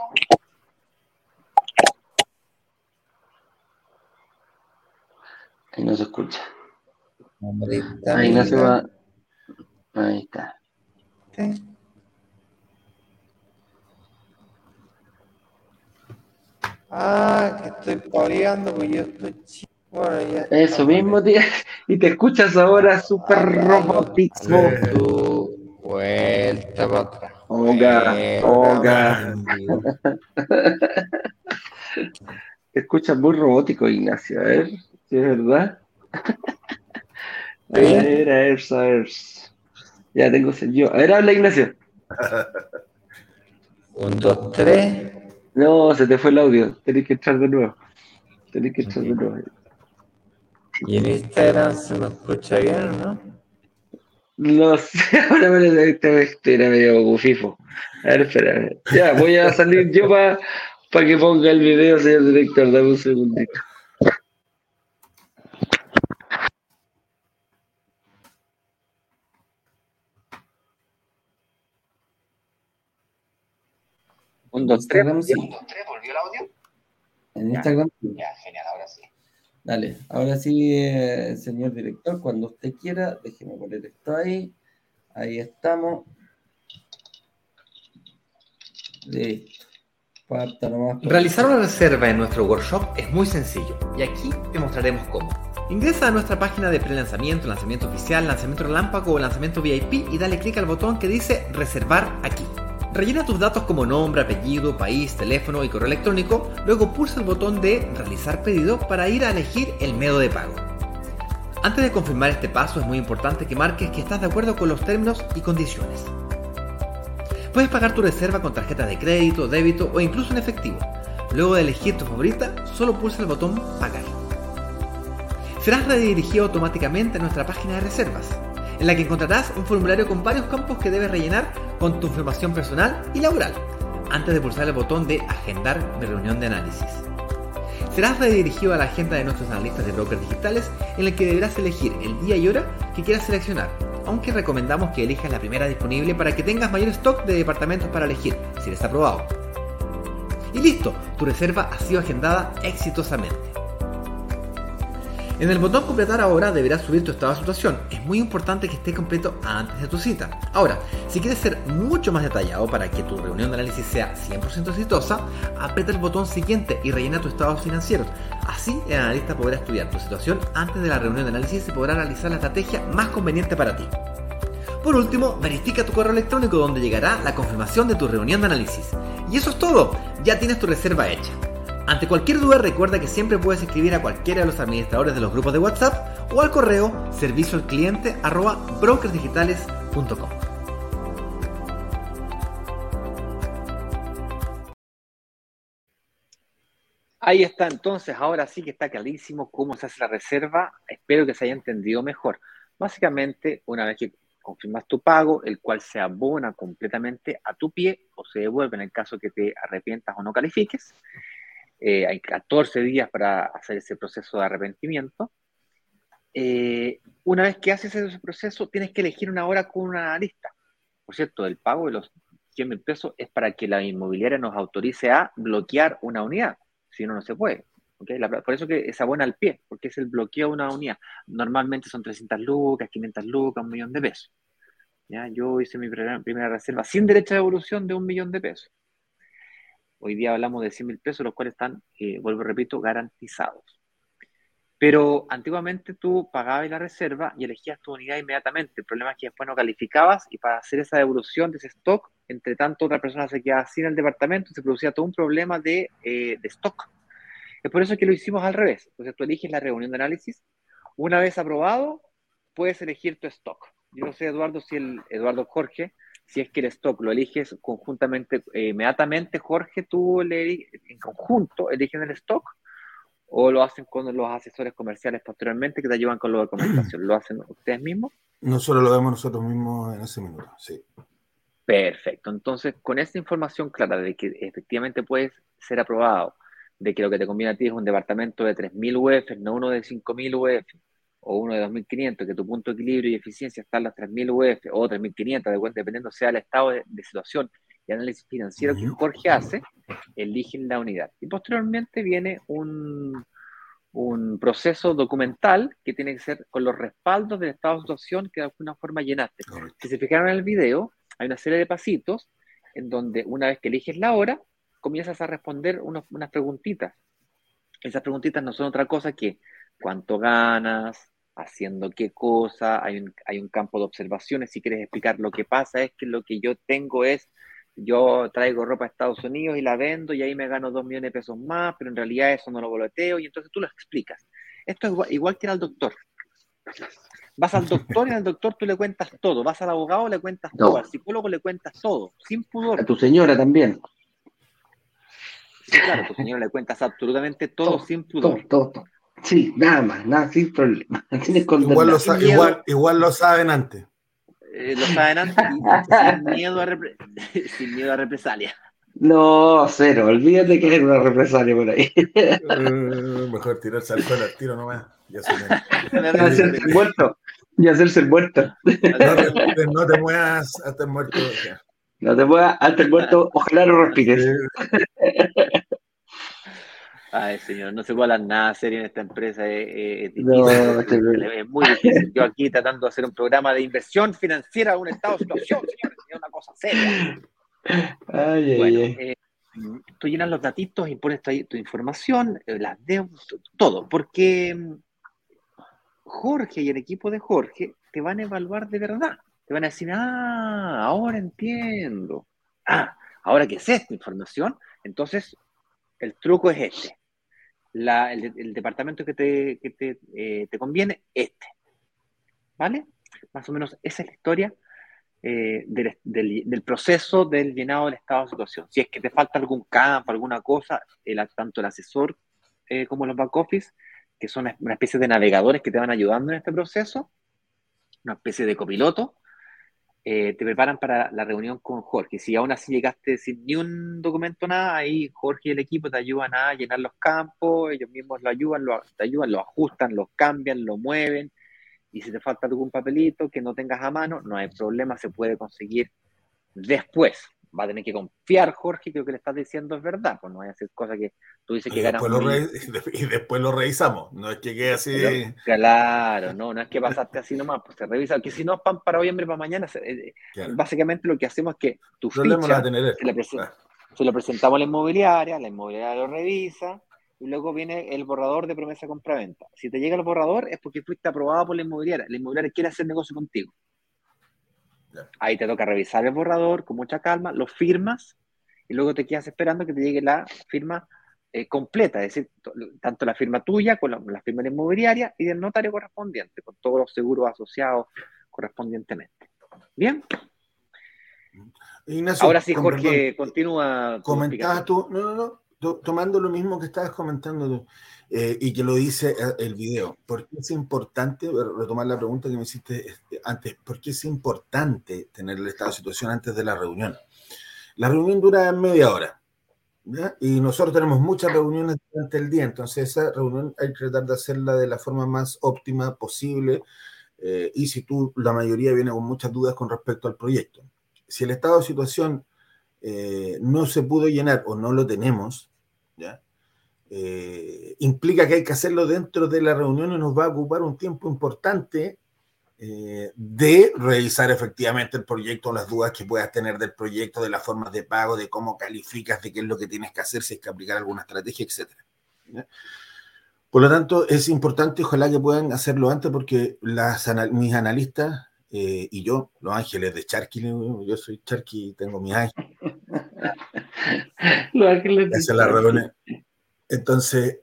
Ahí no se escucha. Hombrita Ahí no se amiga. va. Ahí está. Ah, que estoy paviando, pues yo estoy chico. Bueno, ya Eso estamos mismo, listos. tía. Y te escuchas ahora súper robótico. Hazlo tú. Vuelta para atrás. Oga, Vuelta, oga. amigo. Te escuchas muy robótico, Ignacio. A ver, si es verdad. ¿Sí? A ver. Ya tengo yo. A ver, habla, Ignacio. Un, dos, tres. No, se te fue el audio. Tenés que entrar de nuevo. Ok. Y en Instagram se me escucha bien, ¿no? No sé, ahora este era medio gufifo. A ver, espera. Ya, voy a salir yo para que ponga el video, señor director. Dame un segundito. Un, En dos, tres. Instagram sí. ¿Volvió el audio? En Ya, Instagram sí. ya, genial, ahora sí. Dale, ahora sí, señor director, cuando usted quiera, déjeme poner esto ahí. Ahí estamos. Listo. Parta nomás. Realizar una reserva en nuestro workshop es muy sencillo y aquí te mostraremos cómo. Ingresa a nuestra página de pre-lanzamiento, lanzamiento oficial, lanzamiento relámpago o lanzamiento VIP y dale clic al botón que dice reservar aquí. Rellena tus datos como nombre, apellido, país, teléfono y correo electrónico, luego pulsa el botón de realizar pedido para ir a elegir el método de pago. Antes de confirmar este paso es muy importante que marques que estás de acuerdo con los términos y condiciones. Puedes pagar tu reserva con tarjeta de crédito, débito o incluso en efectivo. Luego de elegir tu favorita, solo pulsa el botón Pagar. Serás redirigido automáticamente a nuestra página de reservas, en la que encontrarás un formulario con varios campos que debes rellenar con tu información personal y laboral, antes de pulsar el botón de Agendar mi reunión de análisis. Serás redirigido a la agenda de nuestros analistas de brokers digitales, en la que deberás elegir el día y hora que quieras seleccionar, aunque recomendamos que elijas la primera disponible para que tengas mayor stock de departamentos para elegir, si eres aprobado. Y listo, tu reserva ha sido agendada exitosamente. En el botón completar ahora deberás subir tu estado de situación. Es muy importante que esté completo antes de tu cita. Ahora, si quieres ser mucho más detallado para que tu reunión de análisis sea 100% exitosa, aprieta el botón siguiente y rellena tus estados financieros. Así el analista podrá estudiar tu situación antes de la reunión de análisis y podrá realizar la estrategia más conveniente para ti. Por último, verifica tu correo electrónico donde llegará la confirmación de tu reunión de análisis. Y eso es todo, ya tienes tu reserva hecha. Ante cualquier duda recuerda que siempre puedes escribir a cualquiera de los administradores de los grupos de WhatsApp o al correo servicioalcliente@brokersdigitales.com. Ahí está, entonces, ahora sí que está clarísimo cómo se hace la reserva. Espero que se haya entendido mejor. Básicamente, una vez que confirmas tu pago, el cual se abona completamente a tu pie o se devuelve en el caso que te arrepientas o no califiques. Hay 14 días para hacer ese proceso de arrepentimiento. Una vez que haces ese proceso, tienes que elegir una hora con una analista. Por cierto, el pago de los 100.000 pesos es para que la inmobiliaria nos autorice a bloquear una unidad. Si no, no se puede. ¿Okay? Por eso que es abona al pie, porque es el bloqueo de una unidad. Normalmente son 300 lucas, 500 lucas, 1.000.000 de pesos. ¿Ya? Yo hice mi primera reserva sin derecho de devolución de 1.000.000 de pesos. Hoy día hablamos de 100.000 pesos, los cuales están, vuelvo y repito, garantizados. Pero antiguamente tú pagabas la reserva y elegías tu unidad inmediatamente. El problema es que después no calificabas y para hacer esa devolución de ese stock, entre tanto otra persona se quedaba sin el departamento, se producía todo un problema de stock. Es por eso que lo hicimos al revés. Entonces tú eliges la reunión de análisis. Una vez aprobado, puedes elegir tu stock. Yo no sé, Eduardo, Jorge, si es que el stock lo eliges conjuntamente, inmediatamente, Jorge, tú en conjunto eligen el stock o lo hacen con los asesores comerciales posteriormente que te ayudan con la documentación. ¿Lo hacen ustedes mismos? Nosotros lo vemos nosotros mismos en ese minuto, sí. Perfecto. Entonces, con esta información clara de que efectivamente puedes ser aprobado, de que lo que te conviene a ti es un departamento de 3.000 UF, no uno de 5.000 UF, o uno de 2.500, que tu punto de equilibrio y eficiencia está en las 3.000 UF, o 3.500, dependiendo sea el estado de situación y análisis financiero que Jorge hace, eligen la unidad. Y posteriormente viene un proceso documental que tiene que ser con los respaldos del estado de situación que de alguna forma llenaste. Correcto. Si se fijaron en el video, hay una serie de pasitos en donde una vez que eliges la hora, comienzas a responder unas preguntitas. Esas preguntitas no son otra cosa que cuánto ganas, haciendo qué cosa, hay un campo de observaciones. Si quieres explicar lo que pasa es que lo que yo tengo es, yo traigo ropa a Estados Unidos y la vendo y ahí me gano 2 millones de pesos más, pero en realidad eso no lo boleteo y entonces tú lo explicas. Esto es igual que ir al doctor. Vas al doctor y al doctor tú le cuentas todo, vas al abogado le cuentas todo, al psicólogo le cuentas todo, sin pudor. A tu señora también. Sí, claro, a tu señora le cuentas absolutamente todo sin pudor. Todo. Sí, nada más, nada, sin problema. Sin esconder Igual lo, nada. igual lo saben antes. Lo saben antes y sin miedo a represalia. No, cero, olvídate que hay una represalia por ahí. Mejor tirarse al suelo al tiro nomás. Ya hacerse el muerto. Y hacerse el muerto. No te muevas hasta el muerto. No te muevas hasta el muerto, ojalá no respires. Ay, señor, no se puede hablar nada serio en esta empresa. Es difícil, No, es muy difícil. Yo aquí tratando de hacer un programa de inversión financiera a un estado de situación, señores, es una cosa seria. Tú llenas los datitos y pones tu información, las deudas, todo, porque Jorge y el equipo de Jorge te van a evaluar de verdad. Te van a decir, ahora entiendo. Ahora que sé esta información, entonces el truco es este. El departamento que te conviene, ¿vale? Más o menos esa es la historia del proceso del llenado del estado de situación. Si es que te falta algún campo, alguna cosa, tanto el asesor como los back office, que son una especie de navegadores que te van ayudando en este proceso, una especie de copiloto, te preparan para la reunión con Jorge. Si aún así llegaste sin ni un documento, nada, ahí Jorge y el equipo te ayudan a llenar los campos, ellos mismos te ayudan, lo ajustan, lo cambian, lo mueven, y si te falta algún papelito que no tengas a mano, no hay problema, se puede conseguir después. Va a tener que confiar, Jorge, que lo que le estás diciendo es verdad, pues no vaya a ser cosa que tú dices que ganas y después lo revisamos, no es que quede así. Claro, no es que pasaste así nomás, pues se revisa, que si no es pan para hoy, hambre para mañana. Claro. Básicamente lo que hacemos es que tu ficha se lo presentamos a la inmobiliaria lo revisa, y luego viene el borrador de promesa de compraventa. Si te llega el borrador es porque fuiste aprobado por la inmobiliaria quiere hacer negocio contigo. Ahí te toca revisar el borrador con mucha calma, lo firmas y luego te quedas esperando que te llegue la firma completa, es decir, tanto la firma tuya con la firma de la inmobiliaria y del notario correspondiente, con todos los seguros asociados correspondientemente. ¿Bien? Ignacio, ahora sí, Jorge, continúa. Comentabas tú, tomando lo mismo que estabas comentando tú, y que lo dice el video, ¿por qué es importante, retomar la pregunta que me hiciste antes, por qué es importante tener el estado de situación antes de la reunión? La reunión dura media hora, ¿ya? Y nosotros tenemos muchas reuniones durante el día, entonces esa reunión hay que tratar de hacerla de la forma más óptima posible, y si la mayoría viene con muchas dudas con respecto al proyecto. Si el estado de situación no se pudo llenar o no lo tenemos, ¿ya? Implica que hay que hacerlo dentro de la reunión y nos va a ocupar un tiempo importante de revisar efectivamente el proyecto, las dudas que puedas tener del proyecto, de las formas de pago, de cómo calificas, de qué es lo que tienes que hacer, si hay que aplicar alguna estrategia, etc. ¿Ya? Por lo tanto, es importante, ojalá que puedan hacerlo antes, porque mis analistas y yo, los ángeles de Charqui, yo soy Charqui y tengo mis ángeles. Los ángeles de Hacen las Charqui. reuniones. Entonces,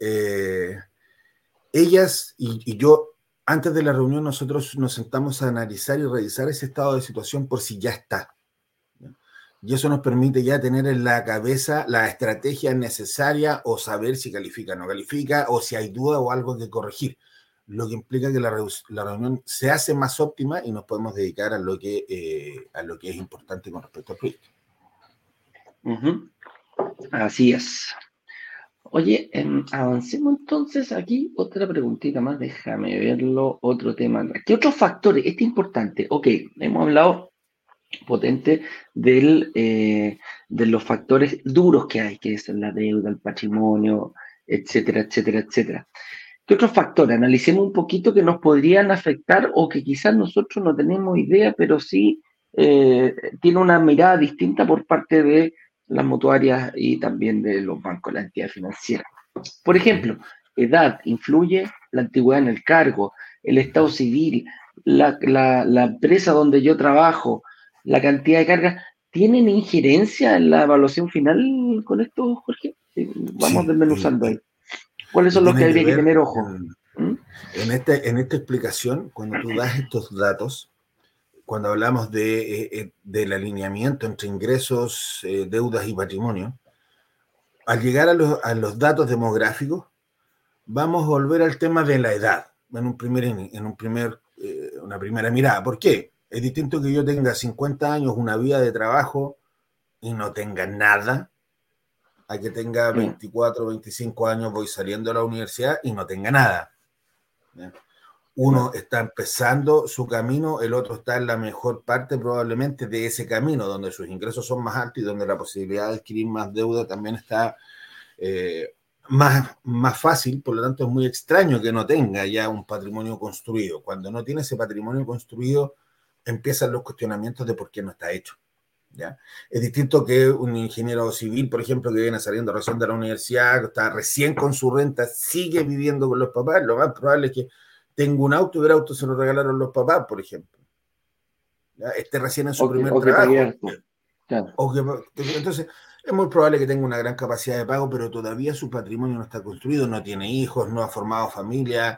ellas y yo, antes de la reunión, nosotros nos sentamos a analizar y revisar ese estado de situación por si ya está. Y eso nos permite ya tener en la cabeza la estrategia necesaria o saber si califica o no califica o si hay duda o algo que corregir. Lo que implica que la reunión se hace más óptima y nos podemos dedicar a lo que es importante con respecto al proyecto. Así es. Oye, avancemos entonces aquí. Otra preguntita más, déjame verlo. Otro tema. ¿Qué otros factores? Este es importante. Ok, hemos hablado potente de los factores duros que hay, que es la deuda, el patrimonio, etcétera, etcétera, etcétera. ¿Qué otros factores? Analicemos un poquito que nos podrían afectar o que quizás nosotros no tenemos idea, pero sí tiene una mirada distinta por parte de las mutuarias y también de los bancos, la entidad financiera. Por ejemplo, edad influye, la antigüedad en el cargo, el estado civil, la empresa donde yo trabajo, la cantidad de cargas. ¿Tienen injerencia en la evaluación final con esto, Jorge? Vamos desmenuzando ahí. ¿Cuáles son los que habría que tener ojo? En esta explicación, cuando tú das estos datos, cuando hablamos del alineamiento entre ingresos, deudas y patrimonio, al llegar a los datos demográficos, vamos a volver al tema de la edad una primera mirada. ¿Por qué? Es distinto que yo tenga 50 años, una vida de trabajo y no tenga nada, a que tenga 24, 25 años, voy saliendo de la universidad y no tenga nada. Uno está empezando su camino, el otro está en la mejor parte probablemente de ese camino, donde sus ingresos son más altos y donde la posibilidad de adquirir más deuda también está más fácil. Por lo tanto, es muy extraño que no tenga ya un patrimonio construido. Cuando no tiene ese patrimonio construido, empiezan los cuestionamientos de por qué no está hecho. ¿Ya? Es distinto que un ingeniero civil, por ejemplo, que viene saliendo recién de la universidad, que está recién con su renta, sigue viviendo con los papás. Lo más probable es que tenga un auto y el auto se lo regalaron los papás, por ejemplo. ¿Ya? Esté recién en su primer trabajo. Claro. Entonces, es muy probable que tenga una gran capacidad de pago, pero todavía su patrimonio no está construido, no tiene hijos, no ha formado familia.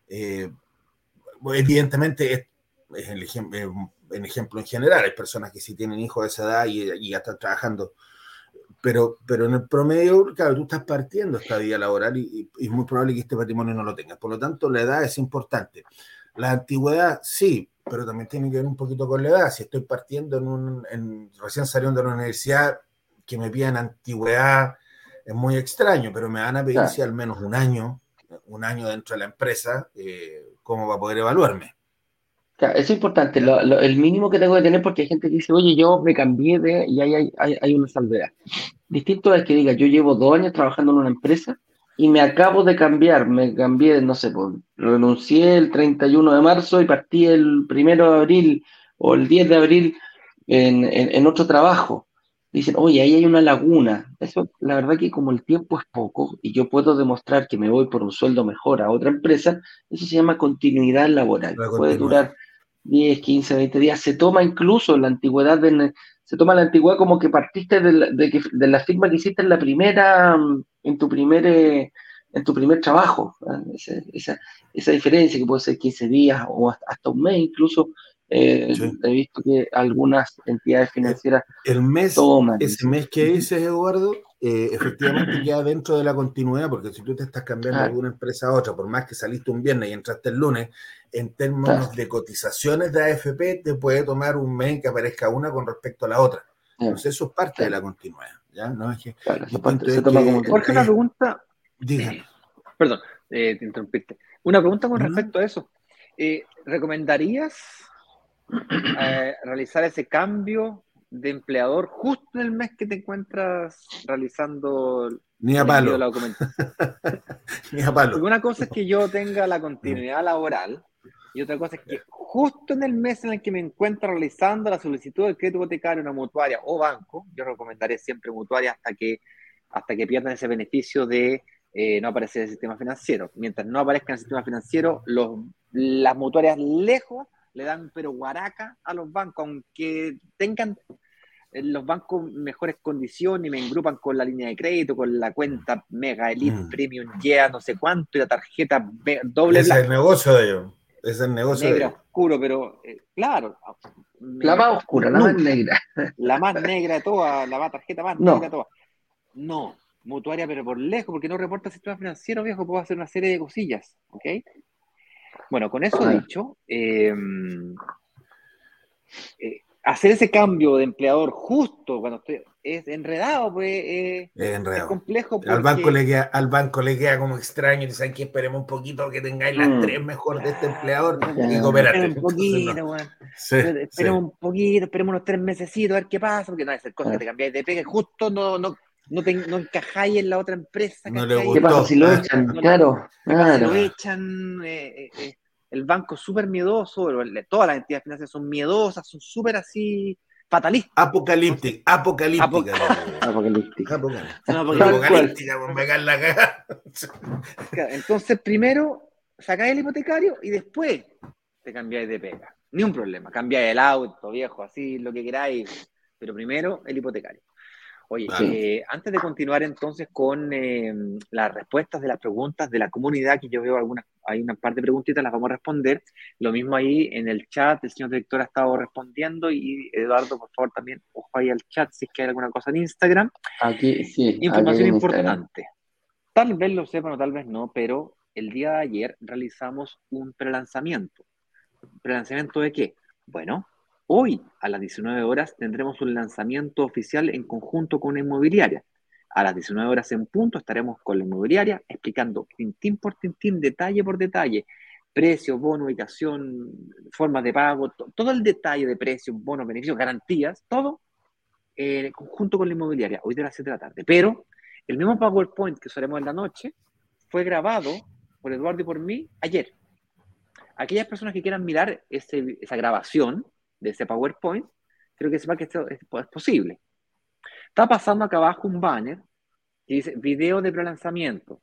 Evidentemente, es el ejemplo en general, hay personas que sí tienen hijos de esa edad y ya están trabajando, pero en el promedio, claro, tú estás partiendo esta vida laboral y es muy probable que este patrimonio no lo tengas. Por lo tanto, la edad es importante. La antigüedad, sí, pero también tiene que ver un poquito con la edad. Si estoy partiendo recién saliendo de la universidad, que me pidan antigüedad es muy extraño, pero me van a pedir si al menos un año dentro de la empresa, ¿cómo va a poder evaluarme? Claro, eso es importante, el mínimo que tengo que tener, porque hay gente que dice, oye, yo me cambié y hay una salvedad. Distinto es que diga, yo llevo 2 años trabajando en una empresa y me acabo de cambiar, me cambié, no sé, renuncié el 31 de marzo y partí el 1 de abril o el 10 de abril en otro trabajo. Dicen, oye, ahí hay una laguna. Eso, la verdad que como el tiempo es poco y yo puedo demostrar que me voy por un sueldo mejor a otra empresa, eso se llama continuidad laboral. Puede durar 10, 15, 20 días. Se toma incluso la antigüedad, se toma la antigüedad como que partiste de la firma que hiciste en tu primer trabajo. Esa diferencia que puede ser 15 días o hasta un mes incluso. Sí. He visto que algunas entidades financieras toman. Ese mes que dices, Eduardo, efectivamente queda dentro de la continuidad, porque si tú te estás cambiando de una empresa a otra, por más que saliste un viernes y entraste el lunes, en términos de cotizaciones de AFP, te puede tomar un mes que aparezca una con respecto a la otra. Entonces eso es parte de la continuidad. ¿Ya? No es que, se toma como Jorge, una pregunta. Dígame. Perdón, te interrumpiste. Una pregunta con respecto a eso. ¿Recomendarías realizar ese cambio de empleador justo en el mes que te encuentras realizando ni a palo? La documentación? Ni a palo. Porque una cosa es que yo tenga la continuidad laboral y otra cosa es que justo en el mes en el que me encuentro realizando la solicitud del crédito hipotecario en una mutuaria o banco, yo recomendaría siempre mutuaria hasta que pierdan ese beneficio de no aparece en el sistema financiero. Mientras no aparezca en el sistema financiero, las mutuarias lejos le dan pero guaraca a los bancos, aunque tengan los bancos mejores condiciones y me engrupan con la línea de crédito, con la cuenta Mega Elite Premium Yeah, no sé cuánto, y la tarjeta doble Ese blanca. es el negocio de ellos. Es el negocio Negra de ellos. oscuro, pero claro. La más oscura, la más negra. La más negra de todas, la tarjeta más negra de todas. No, mutuaria, pero por lejos, porque no reporta el sistema financiero, viejo, puedo hacer una serie de cosillas, ¿ok? Bueno, con eso dicho, hacer ese cambio de empleador justo cuando es enredado, pues es complejo. Porque... Al banco le queda como extraño y dicen que esperemos un poquito que tengáis las 3 mejor de este empleador y coopérate. Un poquito, bueno. Esperemos un poquito, esperemos unos 3 mesecitos a ver qué pasa, porque no hay que hacer cosas que te cambiáis de pega, justo no encajáis en la otra empresa. No le gustó. ¿Qué pasa si lo echan? Claro. Si lo echan, el banco es súper miedoso, todas las entidades financieras son miedosas, son súper así fatalistas. Apocalíptica. Me cae la cagada. Entonces, primero sacáis el hipotecario y después te cambiáis de pega. Ni un problema. Cambiáis el auto, viejo, así, lo que queráis. Pero primero el hipotecario. Oye, antes de continuar entonces con las respuestas de las preguntas de la comunidad, que yo veo hay una par de preguntitas, las vamos a responder. Lo mismo ahí en el chat, el señor director ha estado respondiendo, y Eduardo, por favor, también ojo ahí al chat si es que hay alguna cosa en Instagram. Aquí, sí. Información importante. Tal vez lo sepan o tal vez no, pero el día de ayer realizamos un prelanzamiento. ¿Prelanzamiento de qué? Bueno, hoy a las 19 horas tendremos un lanzamiento oficial en conjunto con una inmobiliaria. A las 19 horas en punto estaremos con la inmobiliaria explicando tintín por tintín, detalle por detalle, precio, bono, ubicación, formas de pago, todo el detalle de precios, bonos, beneficios, garantías, todo en conjunto con la inmobiliaria, hoy de las 7 de la tarde. Pero el mismo PowerPoint que usaremos en la noche fue grabado por Eduardo y por mí ayer. Aquellas personas que quieran mirar esa grabación de ese PowerPoint, creo que sepan que esto es posible. Está pasando acá abajo un banner que dice video de prelanzamiento,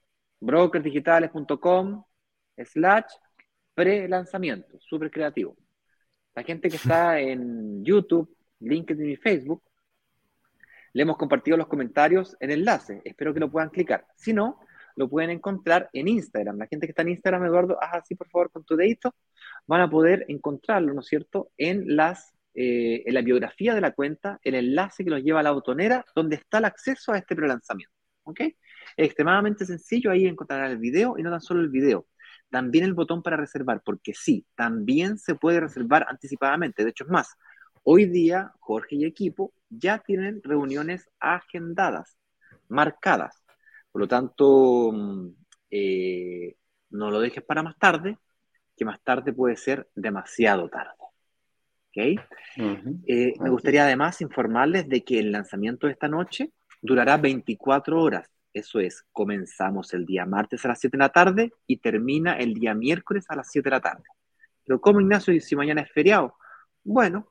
brokersdigitales.com/prelanzamiento, súper creativo. La gente que está en YouTube, LinkedIn y Facebook, le hemos compartido los comentarios en enlace, espero que lo puedan clicar. Si no, lo pueden encontrar en Instagram. La gente que está en Instagram, Eduardo, haz así por favor con tu dedito, van a poder encontrarlo, ¿no es cierto?, en la biografía de la cuenta, el enlace que los lleva a la botonera, donde está el acceso a este prelanzamiento. ¿Ok? Es extremadamente sencillo, ahí encontrarán el video, y no tan solo el video, también el botón para reservar, porque sí, también se puede reservar anticipadamente. De hecho, es más, hoy día Jorge y equipo ya tienen reuniones agendadas, marcadas. Por lo tanto, no lo dejes para más tarde, que más tarde puede ser demasiado tarde. ¿Okay? Me gustaría además informarles de que el lanzamiento de esta noche durará 24 horas. Eso es, comenzamos el día martes a las 7 de la tarde y termina el día miércoles a las 7 de la tarde. Pero ¿cómo, Ignacio, si mañana es feriado? Bueno,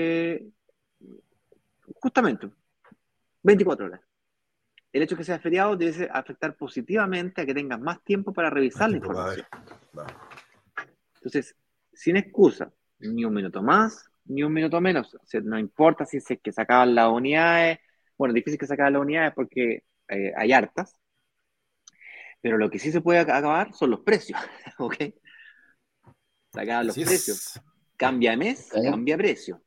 justamente 24 horas. El hecho de que sea feriado debe afectar positivamente a que tengas más tiempo para revisar la información. Entonces, sin excusa, ni un minuto más, ni un minuto menos. O sea, no importa si es que se acaban las unidades. Bueno, difícil que se acaben las unidades porque hay hartas. Pero lo que sí se puede acabar son los precios. ¿Ok? Se acaban los precios. Cambia mes, cambia precio.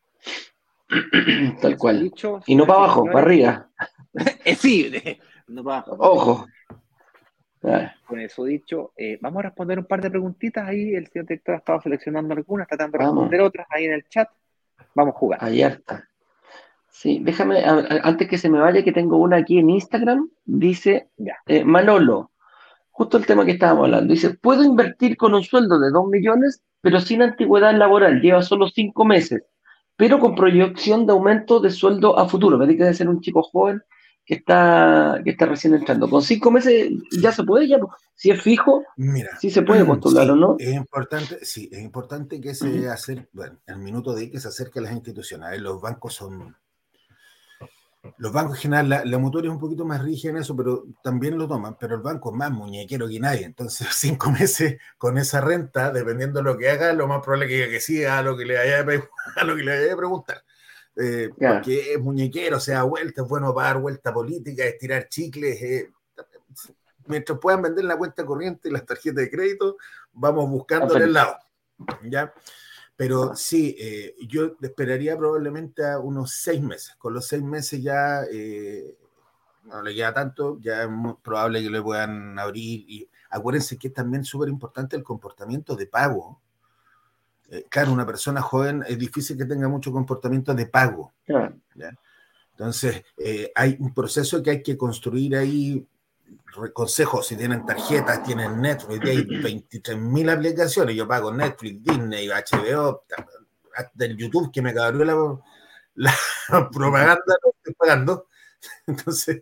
Tal cual. Dicho, y no para abajo, para arriba. Sí, no para abajo. Ojo. Con eso dicho, vamos a responder un par de preguntitas ahí. El señor director ha estado seleccionando algunas, tratando de responder otras ahí en el chat. Vamos a jugar. Ahí está. Sí, déjame, antes que se me vaya, que tengo una aquí en Instagram. Dice Manolo, justo el tema que estábamos hablando. Dice, puedo invertir con un sueldo de 2 millones, pero sin antigüedad laboral. Lleva solo 5 meses. Pero con proyección de aumento de sueldo a futuro. Me dice que debe ser un chico joven que está recién entrando. Con 5 meses ya se puede, ya, si es fijo, mira, sí se puede postular, ¿o no? Es importante que se acerque, bueno, el minuto de que se acerque a las instituciones. Los bancos son Los bancos en general, la mutuaria es un poquito más rígida en eso, pero también lo toman, pero el banco es más muñequero que nadie. Entonces, 5 meses con esa renta, dependiendo de lo que haga, lo más probable es que diga que sí a lo que le vaya a, lo que le vaya a preguntar. Porque es muñequero, se da vuelta, es bueno para dar vuelta política, estirar chicles. Mientras puedan vender la cuenta corriente y las tarjetas de crédito, vamos buscándole el lado. ¿Ya? Pero sí, yo esperaría probablemente a unos 6 meses. Con los 6 meses ya no le queda tanto, ya es muy probable que le puedan abrir. Y acuérdense que es también súper importante el comportamiento de pago. Claro, una persona joven es difícil que tenga mucho comportamiento de pago. ¿Ya? Entonces, hay un proceso que hay que construir ahí. Consejos, si tienen tarjetas, tienen Netflix, hay 23.000 aplicaciones, yo pago Netflix, Disney, HBO, del YouTube que me cabrió la propaganda, lo estoy pagando. Entonces,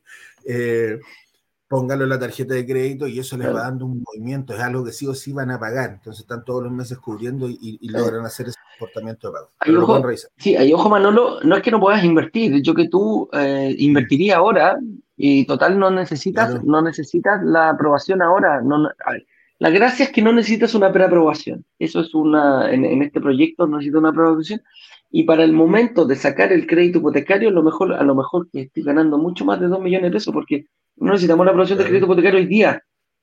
póngalo en la tarjeta de crédito y eso les va dando un movimiento, es algo que sí o sí van a pagar, entonces están todos los meses cubriendo y logran hacer ese comportamiento de pago. Pero lo pueden revisar. Sí, ahí ojo, Manolo, no es que no puedas invertir, yo que tú invertiría ahora y total no necesitas la aprobación ahora. A ver, la gracia es que no necesitas una preaprobación, eso es en este proyecto no necesitas una preaprobación y para el momento de sacar el crédito hipotecario, a lo mejor que estoy ganando mucho más de 2 millones de pesos porque no necesitamos la aprobación del crédito hipotecario hoy día,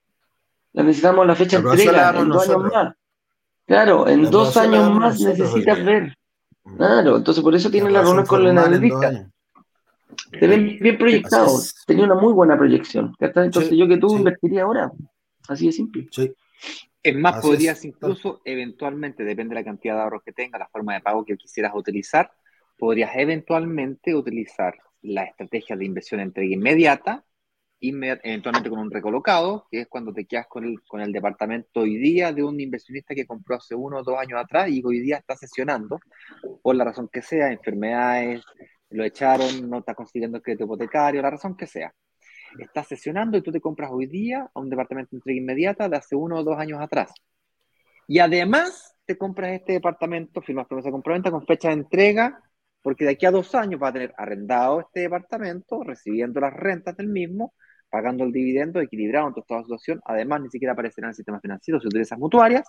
la necesitamos la fecha de entrega en 2 años más. Claro, en 2 años más necesitas ver. Claro, entonces por eso tienen la reunión con el analista. Se ven bien proyectados, tenía una muy buena proyección. Entonces yo que tú invertiría ahora, así de simple. Sí. Es más, podrías incluso eventualmente, depende de la cantidad de ahorros que tengas, la forma de pago que quisieras utilizar, podrías eventualmente utilizar la estrategia de inversión en entrega inmediata, eventualmente con un recolocado, que es cuando te quedas con el departamento hoy día de un inversionista que compró hace 1 o 2 años atrás y hoy día está sesionando, por la razón que sea, enfermedades, lo echaron, no está consiguiendo el crédito hipotecario, la razón que sea. Estás sesionando y tú te compras hoy día a un departamento de entrega inmediata de hace 1 o 2 años atrás. Y además te compras este departamento, firmas promesa de compraventa con fecha de entrega, porque de aquí a 2 años vas a tener arrendado este departamento, recibiendo las rentas del mismo, pagando el dividendo, equilibrado en tu estado de situación. Además, ni siquiera aparecerá en el sistema financiero si utilizas mutuarias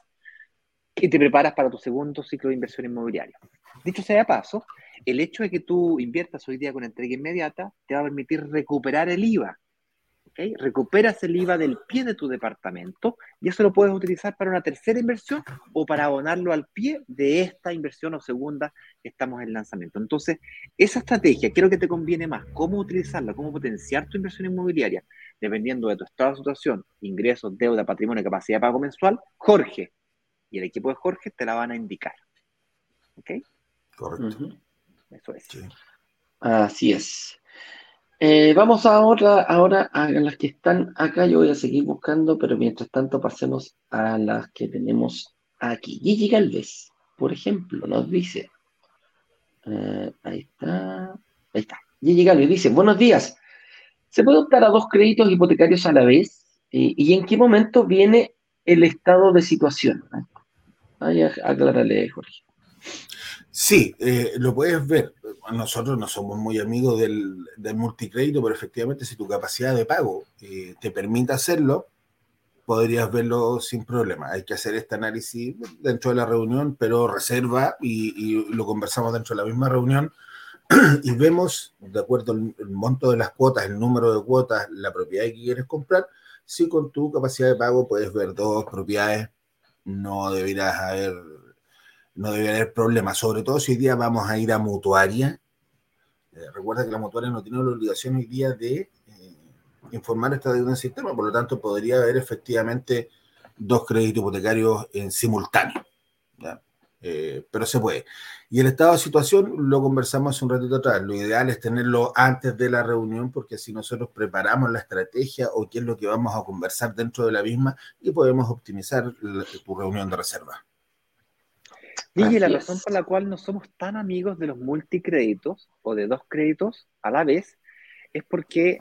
y te preparas para tu segundo ciclo de inversión inmobiliaria. Dicho sea de paso, el hecho de que tú inviertas hoy día con entrega inmediata te va a permitir recuperar el IVA. ¿Okay? Recuperas el IVA del pie de tu departamento y eso lo puedes utilizar para una tercera inversión o para abonarlo al pie de esta inversión o segunda que estamos en lanzamiento. Entonces, esa estrategia, creo que te conviene más. ¿Cómo utilizarla? ¿Cómo potenciar tu inversión inmobiliaria? Dependiendo de tu estado de situación, ingresos, deuda, patrimonio, capacidad de pago mensual, Jorge y el equipo de Jorge te la van a indicar. ¿Ok? Correcto. Eso es. Sí. Así es. Vamos ahora a las que están acá. Yo voy a seguir buscando, pero mientras tanto pasemos a las que tenemos aquí. Gigi Galvez, por ejemplo, nos dice. Ahí está. Gigi Galvez dice: buenos días. ¿Se puede optar a 2 créditos hipotecarios a la vez? ¿Y en qué momento viene el estado de situación? Ahí aclárale, Jorge. Sí, lo puedes ver. Nosotros no somos muy amigos del multicrédito, pero efectivamente si tu capacidad de pago te permite hacerlo, podrías verlo sin problema. Hay que hacer este análisis dentro de la reunión, pero reserva y lo conversamos dentro de la misma reunión y vemos, de acuerdo al monto de las cuotas, el número de cuotas, la propiedad que quieres comprar, si con tu capacidad de pago puedes ver 2 propiedades, no debería haber problema, sobre todo si hoy día vamos a ir a mutuaria. Recuerda que la mutuaria no tiene la obligación hoy día de informar esta deuda en sistema, por lo tanto podría haber efectivamente 2 créditos hipotecarios en simultáneo, ¿ya? Pero se puede. Y el estado de situación lo conversamos hace un ratito atrás. Lo ideal es tenerlo antes de la reunión porque así nosotros preparamos la estrategia o qué es lo que vamos a conversar dentro de la misma y podemos optimizar tu reunión de reserva. Y la razón por la cual no somos tan amigos de los multicréditos o de 2 créditos a la vez es porque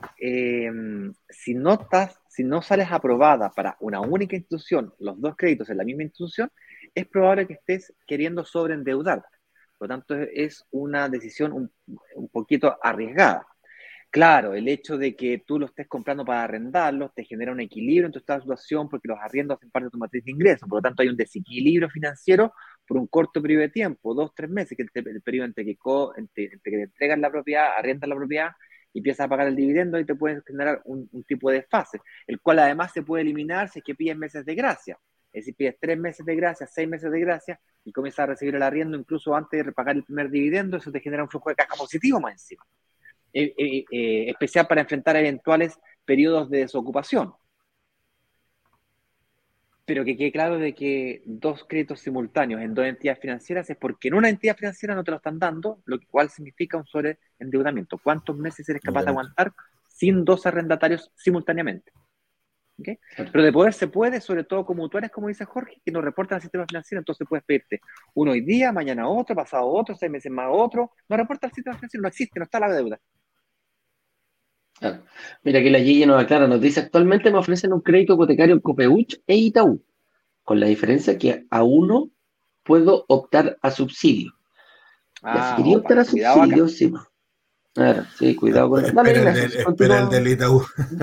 si no sales aprobada para una única institución, los 2 créditos en la misma institución, es probable que estés queriendo sobreendeudar. Por lo tanto, es una decisión un poquito arriesgada. Claro, el hecho de que tú lo estés comprando para arrendarlo te genera un equilibrio en tu estado de situación porque los arriendos hacen parte de tu matriz de ingresos. Por lo tanto, hay un desequilibrio financiero por un corto periodo de tiempo, 2, 3 meses, que es el periodo entre que te entregas la propiedad, arriendas la propiedad y empiezas a pagar el dividendo y te puede generar un tipo de desfase, el cual además se puede eliminar si es que pides meses de gracia. Es decir, pides 3 meses de gracia, 6 meses de gracia y comienzas a recibir el arriendo incluso antes de pagar el primer dividendo, eso te genera un flujo de caja positivo más encima. Especial para enfrentar eventuales periodos de desocupación. Pero que quede claro de que 2 créditos simultáneos en 2 entidades financieras es porque en una entidad financiera no te lo están dando, lo cual significa un sobreendeudamiento. ¿Cuántos meses eres capaz de aguantar sin 2 arrendatarios simultáneamente? ¿Okay? Pero de poder se puede, sobre todo como tú eres, como dice Jorge, que nos reportan al sistema financiero, entonces puedes pedirte uno hoy día, mañana otro, pasado otro, 6 meses más otro, no reporta al sistema financiero, no existe, no está la deuda. Claro. Mira que la Gigi nos aclara, nos dice, actualmente me ofrecen un crédito hipotecario en Copeuch e Itaú, con la diferencia que a uno puedo optar a subsidio. Ya, si quería optar a subsidio, sí. Claro, sí, cuidado con eso. Espera el del Itaú.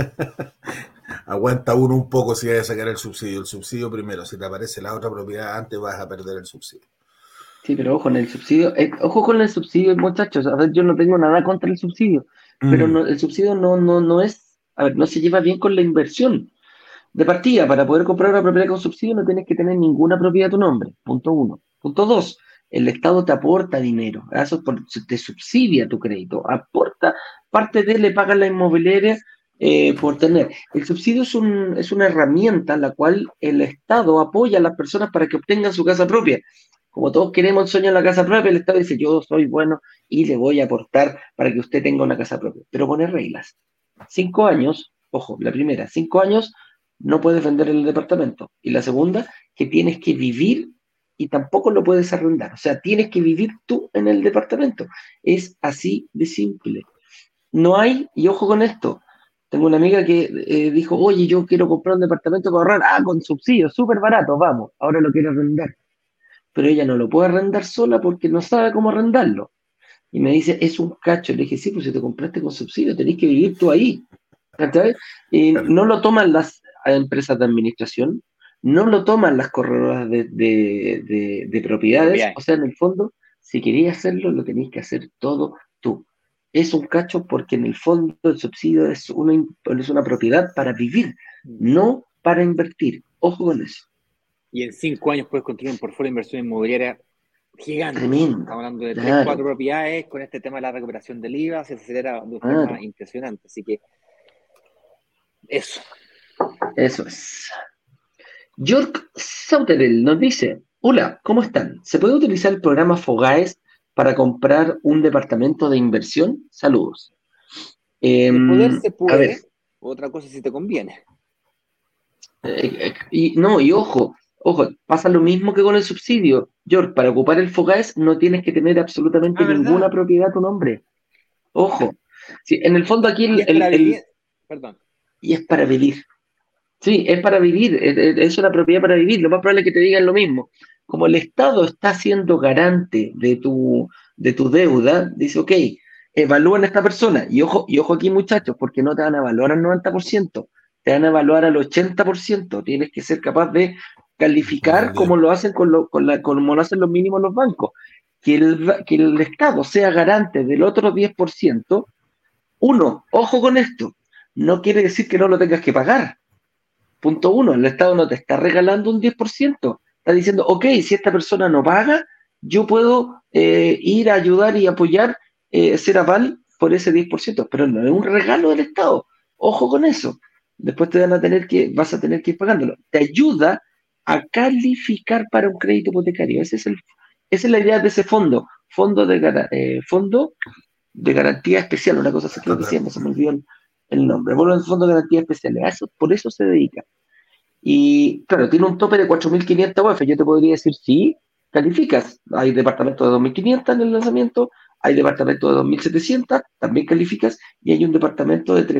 Aguanta uno un poco si vas a sacar el subsidio. El subsidio primero, si te aparece la otra propiedad antes vas a perder el subsidio. Sí, pero ojo, en el subsidio, ojo con el subsidio, muchachos. A ver, yo no tengo nada contra el subsidio, pero no, el subsidio no es, a ver, no se lleva bien con la inversión. De partida, para poder comprar una propiedad con subsidio no tienes que tener ninguna propiedad a tu nombre. Punto 1. Punto 2. El Estado te aporta dinero. Eso te subsidia tu crédito. Aporta, parte de le paga la inmobiliaria por tener. El subsidio es una herramienta en la cual el Estado apoya a las personas para que obtengan su casa propia. Como todos queremos el sueño de la casa propia, el Estado dice, yo soy bueno y le voy a aportar para que usted tenga una casa propia. Pero pone reglas. 5 años, ojo, la primera, 5 años no puedes vender el departamento. Y la segunda, que tienes que vivir y tampoco lo puedes arrendar. O sea, tienes que vivir tú en el departamento. Es así de simple. No hay, y ojo con esto, tengo una amiga que dijo, oye, yo quiero comprar un departamento para ahorrar, con subsidio, súper barato, vamos, ahora lo quiero arrendar. Pero ella no lo puede arrendar sola porque no sabe cómo arrendarlo. Y me dice, es un cacho. Le dije, sí, pues si te compraste con subsidio, tenés que vivir tú ahí. ¿Sabes? Y no lo toman las empresas de administración, no lo toman las corredoras de propiedades. O sea, en el fondo, si querías hacerlo, lo tenéis que hacer todo tú. Es un cacho porque en el fondo el subsidio es una propiedad para vivir, no para invertir. Ojo con eso. Y en 5 años puedes construir un portfolio de inversión inmobiliaria gigante. Tremendo. Estamos hablando de 3, 4 propiedades con este tema de la recuperación del IVA, se acelera de una forma impresionante. Así que eso. Eso es. York Sauterel nos dice, hola, ¿cómo están? ¿Se puede utilizar el programa Fogaes para comprar un departamento de inversión? Saludos. De poder se puede, a ver, otra cosa si te conviene. Y ojo, pasa lo mismo que con el subsidio. York, para ocupar el Fogaes no tienes que tener absolutamente ninguna propiedad a tu nombre. Ojo. Sí, en el fondo aquí Perdón. Y es para vivir. Sí, es para vivir, es una propiedad para vivir. Lo más probable es que te digan lo mismo. Como el Estado está siendo garante de tu deuda, dice, ok, evalúan a esta persona. Y ojo aquí, muchachos, porque no te van a evaluar al 90%, te van a evaluar al 80%. Tienes que ser capaz de calificar como lo hacen como lo hacen los mínimos los bancos. Que el Estado sea garante del otro 10%. Ojo con esto, no quiere decir que no lo tengas que pagar. Punto 1, el Estado no te está regalando un 10%. Está diciendo, ok, si esta persona no paga, yo puedo ir a ayudar y apoyar, ser aval por ese 10%, pero no es un regalo del Estado. Ojo con eso. Después vas a tener que ir pagándolo. Te ayuda a calificar para un crédito hipotecario. Esa es la idea de ese fondo. Fondo de garantía especial, una cosa así que decíamos, se me olvidó el nombre. Bueno, el fondo de garantía especial. Por eso se dedica. Y claro, tiene un tope de 4.500 UF. Yo te podría decir, sí, calificas. Hay departamentos de 2.500 en el lanzamiento, hay departamentos de 2.700, también calificas, y hay un departamento de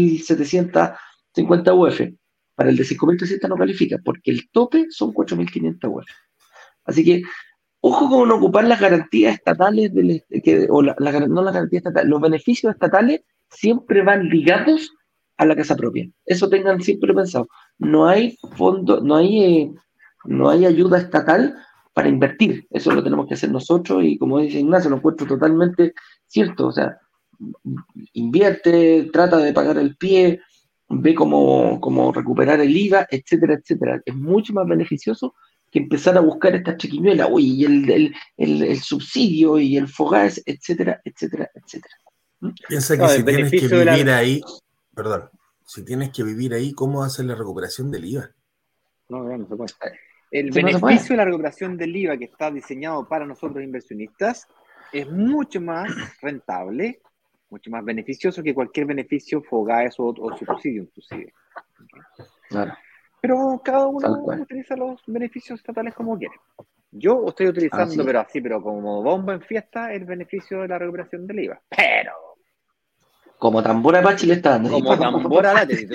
3.750 UF. Para el de 5.300 no califica, porque el tope son 4.500 UF. Así que, ojo con ocupar las garantías estatales, no las garantías estatales, los beneficios estatales siempre van ligados a la casa propia. Eso tengan siempre pensado. No hay fondo, no hay ayuda estatal para invertir. Eso lo tenemos que hacer nosotros y como dice Ignacio, lo encuentro totalmente cierto. O sea, invierte, trata de pagar el pie, ve cómo recuperar el IVA, etcétera, etcétera. Es mucho más beneficioso que empezar a buscar estas chiquiñuelas, y el subsidio y el FOGAS, etcétera, etcétera, etcétera. Piensa que si tienes que vivir ahí, perdón, si tienes que vivir ahí, ¿cómo hacer la recuperación del IVA? No se puede. El beneficio de la recuperación del IVA que está diseñado para nosotros inversionistas es mucho más rentable, mucho más beneficioso que cualquier beneficio FOGAS o subsidio inclusive. Claro. Pero cada uno utiliza los beneficios estatales como quiere. Yo estoy utilizando, pero como bomba en fiesta, el beneficio de la recuperación del IVA. Pero como tambora Apache le está dando. Como tambora late.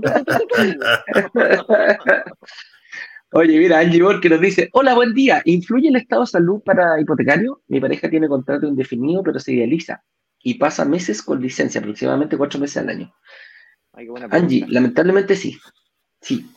Oye, mira, Angie Borges nos dice: hola, buen día. ¿Influye el estado de salud para hipotecario? Mi pareja tiene contrato indefinido, pero se idealiza y pasa meses con licencia, aproximadamente 4 meses al año. Angie, lamentablemente sí. Sí.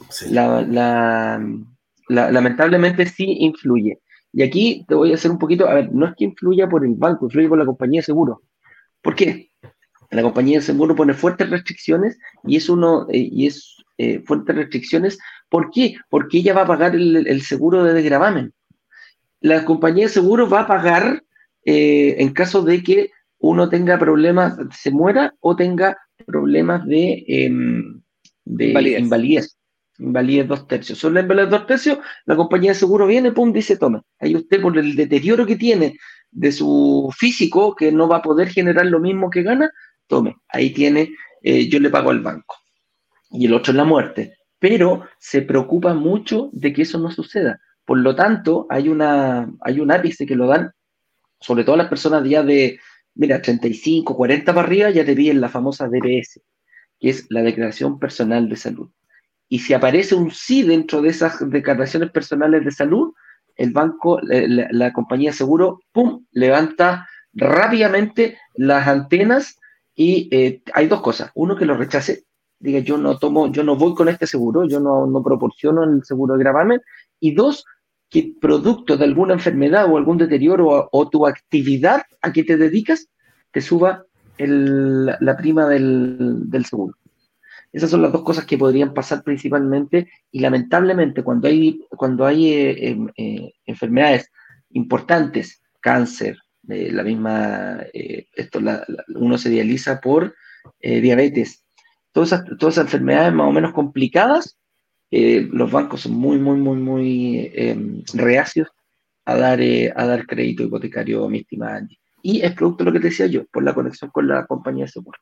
Lamentablemente sí influye. Y aquí te voy a hacer un poquito, a ver, no es que influya por el banco, influye por la compañía de seguro. ¿Por qué? La compañía de seguro pone fuertes restricciones y es fuertes restricciones. ¿Por qué? Porque ella va a pagar el seguro de desgravamen. La compañía de seguro va a pagar en caso de que uno tenga problemas, se muera o tenga problemas de invalidez 2/3. Solo la invalidez 2/3, la compañía de seguro viene, pum, dice: tome. Ahí usted, por el deterioro que tiene de su físico, que no va a poder generar lo mismo que gana, tome, ahí tiene, yo le pago al banco. Y el otro es la muerte. Pero se preocupa mucho de que eso no suceda. Por lo tanto, hay un ápice que lo dan, sobre todo las personas ya de, 35, 40 para arriba, ya te piden la famosa DPS, que es la Declaración Personal de Salud. Y si aparece un sí dentro de esas declaraciones personales de salud, el banco, la compañía de seguro, pum, levanta rápidamente las antenas y hay dos cosas. Uno, que lo rechace, diga: yo no voy con este seguro, yo no proporciono el seguro de gravamen. Y dos, que producto de alguna enfermedad o algún deterioro o tu actividad a que te dedicas, te suba la prima del seguro. Esas son las dos cosas que podrían pasar principalmente, y lamentablemente cuando hay enfermedades importantes, cáncer, la misma, uno se dializa por diabetes, todas esas enfermedades más o menos complicadas, los bancos son muy, muy, muy, muy reacios a dar crédito hipotecario, mi estimada Angie. Y es producto de lo que te decía yo, por la conexión con la compañía de seguro.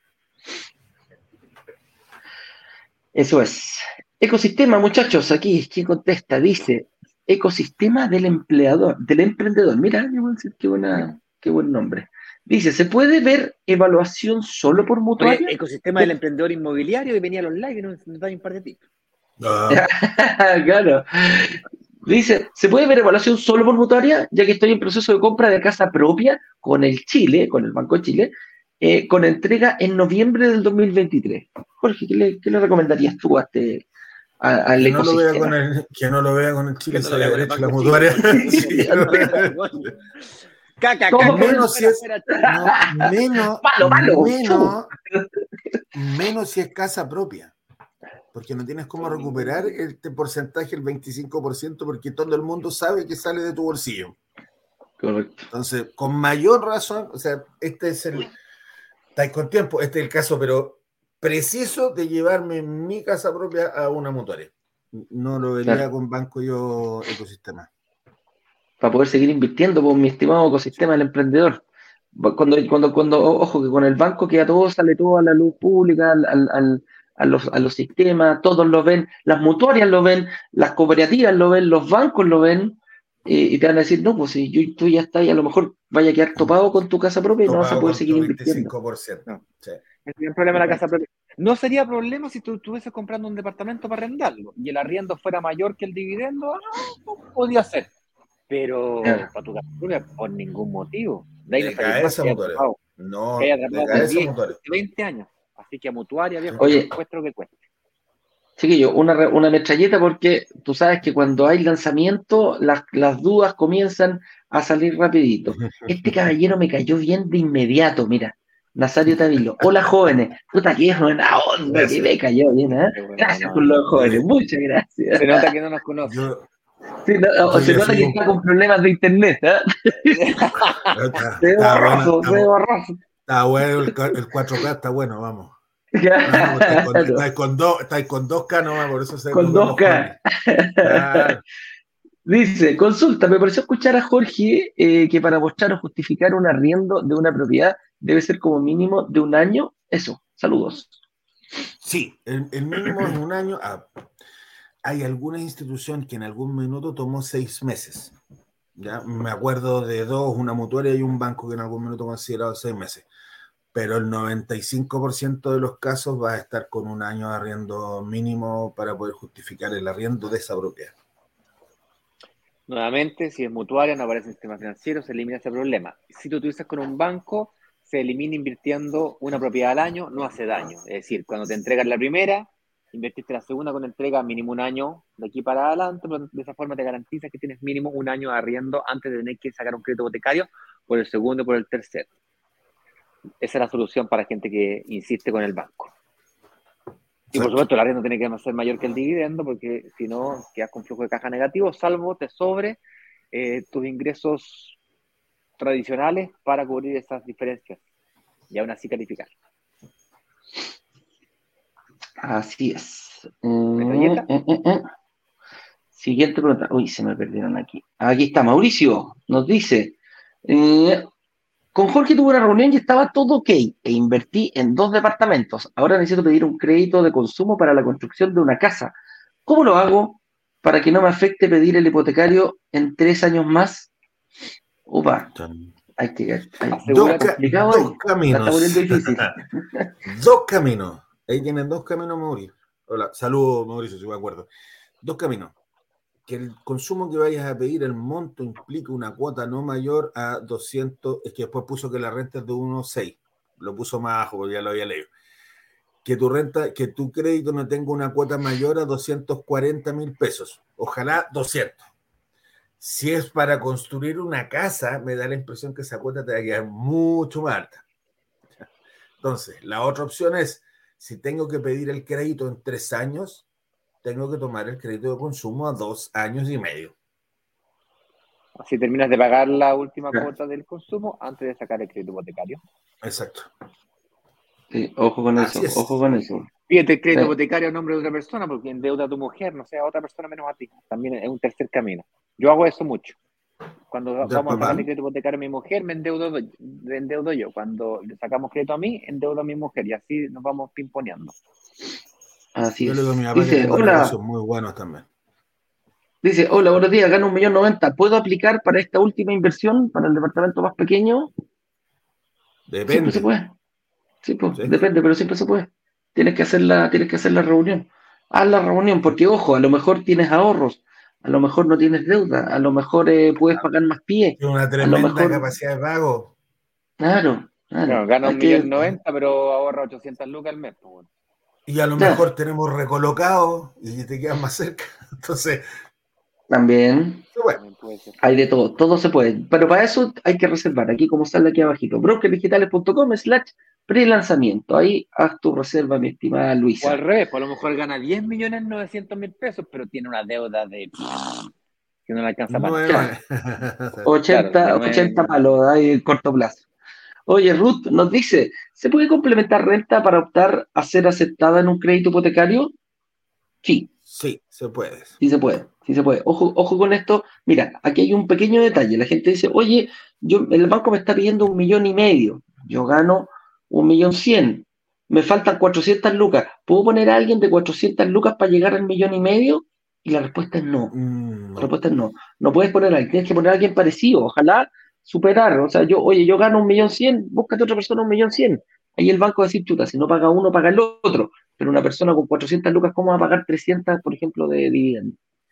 Eso es. Ecosistema, muchachos, aquí, ¿quién contesta? Dice: ecosistema del emprendedor. Mira, qué buen nombre. Dice: ¿se puede ver evaluación solo por mutuaria? Oye, ecosistema del emprendedor inmobiliario, y venía al online y nos da un par de tips. Claro. Dice: ¿se puede ver evaluación solo por mutuaria? Ya que estoy en proceso de compra de casa propia con el Banco Chile, con entrega en noviembre del 2023. Jorge, ¿qué le recomendarías tú al ecosistema? Que no lo vea con el Chile, se derecho la mutuaria. Menos si es casa propia, porque no tienes cómo recuperar este porcentaje, el 25%, porque todo el mundo sabe que sale de tu bolsillo. Correcto. Entonces, con mayor razón, o sea, estáis con tiempo, este es el caso, pero preciso, de llevarme mi casa propia a una mutuaria. No lo vería con banco yo ecosistema. Para poder seguir invirtiendo, pues, mi estimado ecosistema del emprendedor. Cuando ojo, que con el banco sale todo a la luz pública, a los sistemas, todos lo ven, las mutuarias lo ven, las cooperativas lo ven, los bancos lo ven, y te van a decir: no, pues si tú ya estás, y a lo mejor vaya a quedar topado con tu casa propia y no vas a poder seguir invirtiendo. 25%. No. Sí. El problema de la casa propia. No sería problema si tú estuvieses comprando un departamento para arrendarlo y el arriendo fuera mayor que el dividendo, podía ser. Pero para tu casa propia, por ningún motivo. De ahí no esa mutuaria. No, Que haya atrapado a de esos 10, motores. 20 años. Así que a Mutuaria, viejo, Oye, cueste lo que cueste. chiquillo, una metralleta porque tú sabes que cuando hay lanzamiento las dudas comienzan a salir rapidito. Este caballero me cayó bien de inmediato, mira. Nazario Tavilo. Hola jóvenes. Puta que es buena onda, que Gracias. me cayó bien, ¿eh? Qué bueno, Gracias no, por los jóvenes, Oye, muchas gracias. se nota que no nos conoce. yo, Sí, yo se ya nota soy que un... está con problemas de internet, ¿eh? Se ve Está bueno, borroso, se ve borroso. está bueno el 4K, está bueno, vamos. No, pues Claro, estáis con 2K nomás, por eso con nos vemos 2K. jóvenes. Claro, Dice, consulta, me pareció escuchar a Jorge que para mostrar o justificar un arriendo de una propiedad debe ser como mínimo de un año. Eso, saludos. sí, el mínimo es un año. Hay alguna institución que en algún minuto tomó 6 meses. ¿Ya? Me acuerdo de dos, una mutuaria y un banco que en algún minuto considerado 6 meses. Pero el 95% de los casos va a estar con un año de arriendo mínimo para poder justificar el arriendo de esa propiedad. Nuevamente, si es mutuaria, no aparece en el sistema financiero, se elimina ese problema. Si lo utilizas con un banco, se elimina invirtiendo una propiedad al año, no hace daño. Es decir, cuando te entregan la primera, invertiste la segunda con entrega mínimo un año de aquí para adelante, pero de esa forma te garantiza que tienes mínimo un año de arriendo antes de tener que sacar un crédito hipotecario por el segundo y por el tercero. Esa es la solución para gente que insiste con el banco. Y por supuesto, el arriendo tiene que ser mayor que el dividendo, porque si no, quedas con flujo de caja negativo, salvo te sobre tus ingresos tradicionales para cubrir esas diferencias y aún así calificar. Así es. ¿Metralleta? Siguiente pregunta. Uy, se me perdieron aquí. Aquí está Mauricio. Nos dice, con Jorge tuve una reunión y estaba todo ok e invertí en 2 departamentos. Ahora necesito pedir un crédito de consumo para la construcción de una casa. ¿Cómo lo hago para que no me afecte pedir el hipotecario en 3 años más? Upa, Asegura complicado Dos ahí. La está poniendo caminos. difícil. Dos caminos. Ahí tienen dos caminos, Mauricio. Hola, saludos, Mauricio, si me acuerdo. Dos caminos. Que el consumo que vayas a pedir, el monto implica una cuota no mayor a 200, es que después puso que la renta es de 1,6, lo puso más abajo porque ya lo había leído. Que tu crédito no tenga una cuota mayor a 240,000 pesos, ojalá 200. Si es para construir una casa, me da la impresión que esa cuota te va a quedar mucho más alta. Entonces, la otra opción es, si tengo que pedir el crédito en 3 años, tengo que tomar el crédito de consumo a 2 años y medio. Así terminas de pagar la última cuota del consumo antes de sacar el crédito hipotecario. Exacto. Sí, ojo con Así eso, es. ojo con eso. Pídete el crédito Sí. hipotecario a nombre de otra persona porque endeuda a tu mujer, no sea a otra persona menos a ti. También es un tercer camino. Yo hago eso mucho. Cuando vamos a sacar el crédito hipotecario a mi mujer, me endeudo yo. Cuando le sacamos crédito a mí, endeudo a mi mujer y así nos vamos pimponeando. Así Yo es. le digo a mi papá que tengo negocios muy buenos también. Dice, hola, buenos días, gano 1.090.000. ¿Puedo aplicar para esta última inversión, para el departamento más pequeño? Depende. Siempre se puede. Sí, pues, ¿Sí? depende, pero siempre se puede. Tienes que hacer la reunión. Haz la reunión, porque ojo, a lo mejor tienes ahorros, a lo mejor no tienes deuda, a lo mejor puedes pagar más pie. Tiene una A lo tremenda mejor, capacidad de pago. claro. Bueno, gana Hay 1.090.000, pero ahorra 800 lucas al mes. Pues, bueno. Y a lo mejor tenemos recolocado y te quedas más cerca. Entonces, También bueno. También puede ser. hay de todo se puede. Pero para eso hay que reservar, aquí como sale aquí abajito, brokerdigitales.com/prelanzamiento. Ahí haz tu reserva, mi estimada O al Luisa. revés, pues a lo mejor gana 10.900.000 pesos, pero tiene una deuda de que no le alcanza para nada. 80 palos ahí en corto plazo. Oye, Ruth nos dice, ¿se puede complementar renta para optar a ser aceptada en un crédito hipotecario? Sí. Sí, se puede. Sí se puede, sí se puede. Ojo con esto. Mira, aquí hay un pequeño detalle. La gente dice, oye, el banco me está pidiendo 1,5 millones. Yo gano 1,100,000. Me faltan 400 lucas. ¿Puedo poner a alguien de 400 lucas para llegar al 1,5 millones? Y la respuesta es no. La respuesta es no. No puedes poner a alguien, tienes que poner a alguien parecido. Ojalá superar. O sea, yo gano 1,100,000, búscate otra persona 1,100,000. Ahí el banco va a decir, chuta, si no paga uno, paga el otro. Pero una persona con 400 lucas, ¿cómo va a pagar 300, por ejemplo, de dividendo?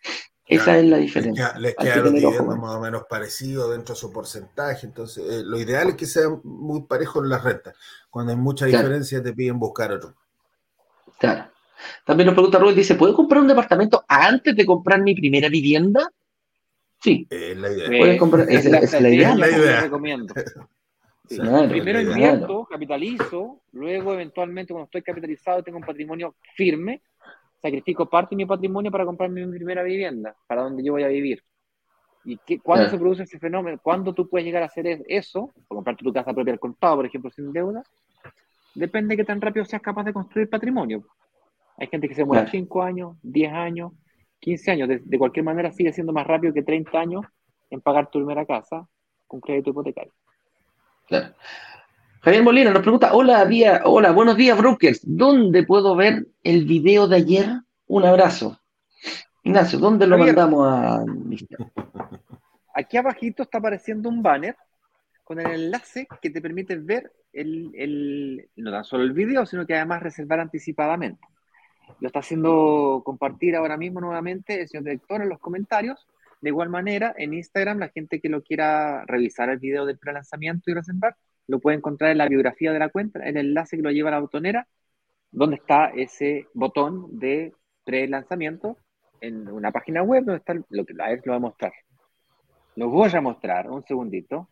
Esa es la diferencia. Les Hay queda que los tener ojo dividendos con más o menos parecidos dentro de su porcentaje. Entonces, lo ideal es que sean muy parejos en las rentas. Cuando hay mucha Claro. diferencia, te piden buscar otro. Claro. También nos pregunta Rubén, dice, ¿puedo comprar un departamento antes de comprar mi primera vivienda? Sí, Es la idea. puedes comprar, esa es la idea. Es la como idea. les recomiendo. Sí. Claro, Primero es la idea. invierto, capitalizo, luego eventualmente cuando estoy capitalizado tengo un patrimonio firme, sacrifico parte de mi patrimonio para comprar mi primera vivienda, para donde yo voy a vivir. ¿Y cuándo Claro. se produce ese fenómeno? ¿Cuándo tú puedes llegar a hacer eso? O comprarte tu casa propia al contado, por ejemplo, sin deuda. Depende de qué tan rápido seas capaz de construir patrimonio. Hay gente que se demora Claro. 5 años, 10 años, 15 años. De cualquier manera sigue siendo más rápido que 30 años en pagar tu primera casa con crédito hipotecario. Claro. Javier Molina nos pregunta, hola, buenos días, brokers. ¿Dónde puedo ver el video de ayer? Un abrazo. Ignacio, ¿dónde lo Javier, mandamos a...? Aquí abajito está apareciendo un banner con el enlace que te permite ver no tan solo el video, sino que además reservar anticipadamente. Lo está haciendo compartir ahora mismo nuevamente el señor director en los comentarios. De igual manera, en Instagram, la gente que lo quiera revisar el video del prelanzamiento y reservar, lo puede encontrar en la biografía de la cuenta, el enlace que lo lleva a la botonera, donde está ese botón de prelanzamiento en una página web donde está lo voy a mostrar. Lo voy a mostrar, un segundito.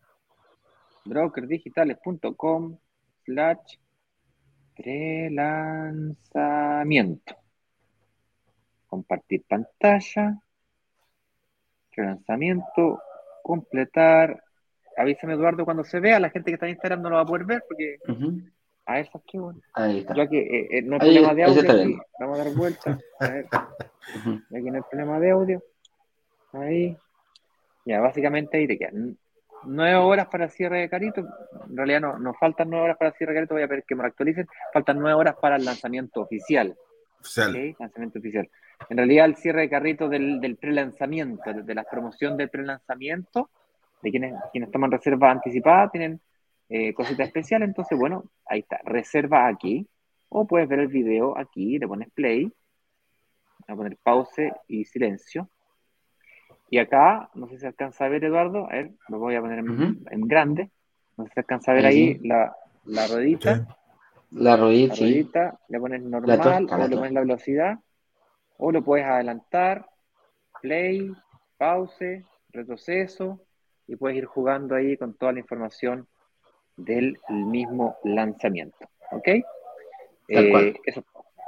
brokersdigitales.com/prelanzamiento. Compartir pantalla. Prelanzamiento. Completar. Avísame, Eduardo, cuando se vea. La gente que está en Instagram no lo va a poder ver porque... A ver, ¿qué bueno? Ahí está. Yo aquí no hay Ahí- problema de ahí se audio. está Aquí. viendo. Vamos a dar vuelta. A ver. Aquí no hay problema de audio. Ahí. Ya, básicamente ahí te quedan 9 horas para el cierre de Carito. En realidad no faltan 9 horas para el cierre de Carito. Voy a ver que me lo actualicen. Faltan 9 horas para el lanzamiento oficial. ¿Okay? Lanzamiento oficial. En realidad el cierre de carrito del prelanzamiento, de la promoción del prelanzamiento, de quienes toman reserva anticipada, tienen cositas especiales. Entonces, bueno, ahí está. Reserva aquí. O puedes ver el video aquí. Le pones play. Voy a poner pause y silencio. Y acá, no sé si se alcanza a ver, Eduardo, a ver, lo voy a poner en grande. No sé si se alcanza a ver ahí la ruedita. Sí. La ruedita, La sí. ruedita, le pones normal, tuerca, o le pones la velocidad, o lo puedes adelantar, play, pause, retroceso, y puedes ir jugando ahí con toda la información del mismo lanzamiento. ¿Ok? Tal cual. Eso.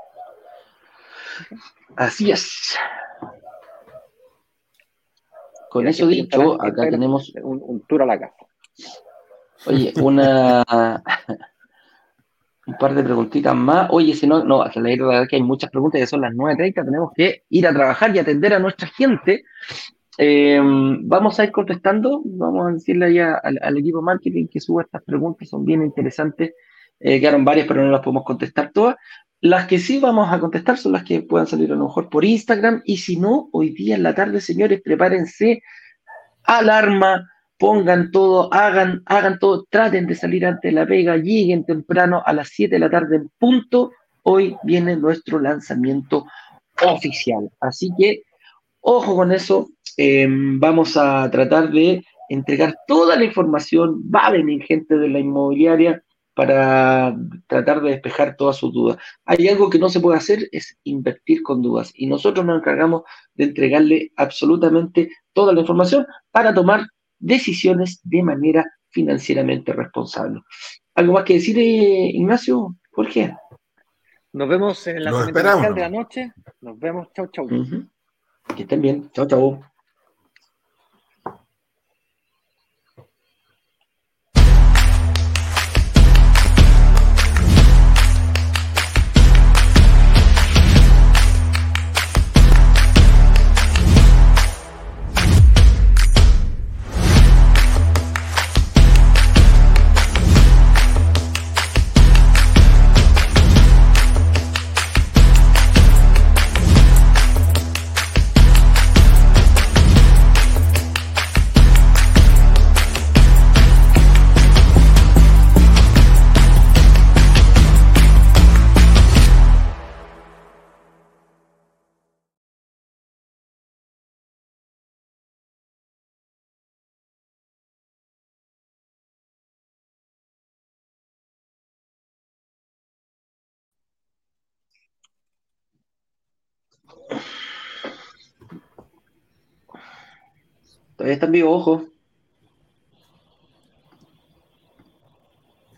Así es. Con Y la eso gente que está en dicho, acá Instagram, tenemos, un tour a la casa. oye, un par de preguntitas más. Oye, si no, la verdad es que hay muchas preguntas, ya son las 9:30, tenemos que ir a trabajar y atender a nuestra gente. Vamos a ir contestando, vamos a decirle ahí al equipo marketing que suba estas preguntas, son bien interesantes. Quedaron varias, pero no las podemos contestar todas. Las que sí vamos a contestar son las que puedan salir a lo mejor por Instagram, y si no, hoy día en la tarde, señores, prepárense, alarma, pongan todo, hagan todo, traten de salir antes de la pega, lleguen temprano a las 7 de la tarde en punto. Hoy viene nuestro lanzamiento oficial, así que ojo con eso. Vamos a tratar de entregar toda la información, va a venir gente de la inmobiliaria para tratar de despejar todas sus dudas. Hay algo que no se puede hacer, es invertir con dudas, y nosotros nos encargamos de entregarle absolutamente toda la información para tomar decisiones de manera financieramente responsable. ¿Algo más que decir, Ignacio? Jorge. Nos vemos en el lanzamiento oficial de la noche. Nos vemos. Chau, chau. Que estén bien. Chau, chau. Todavía están vivos, ojo.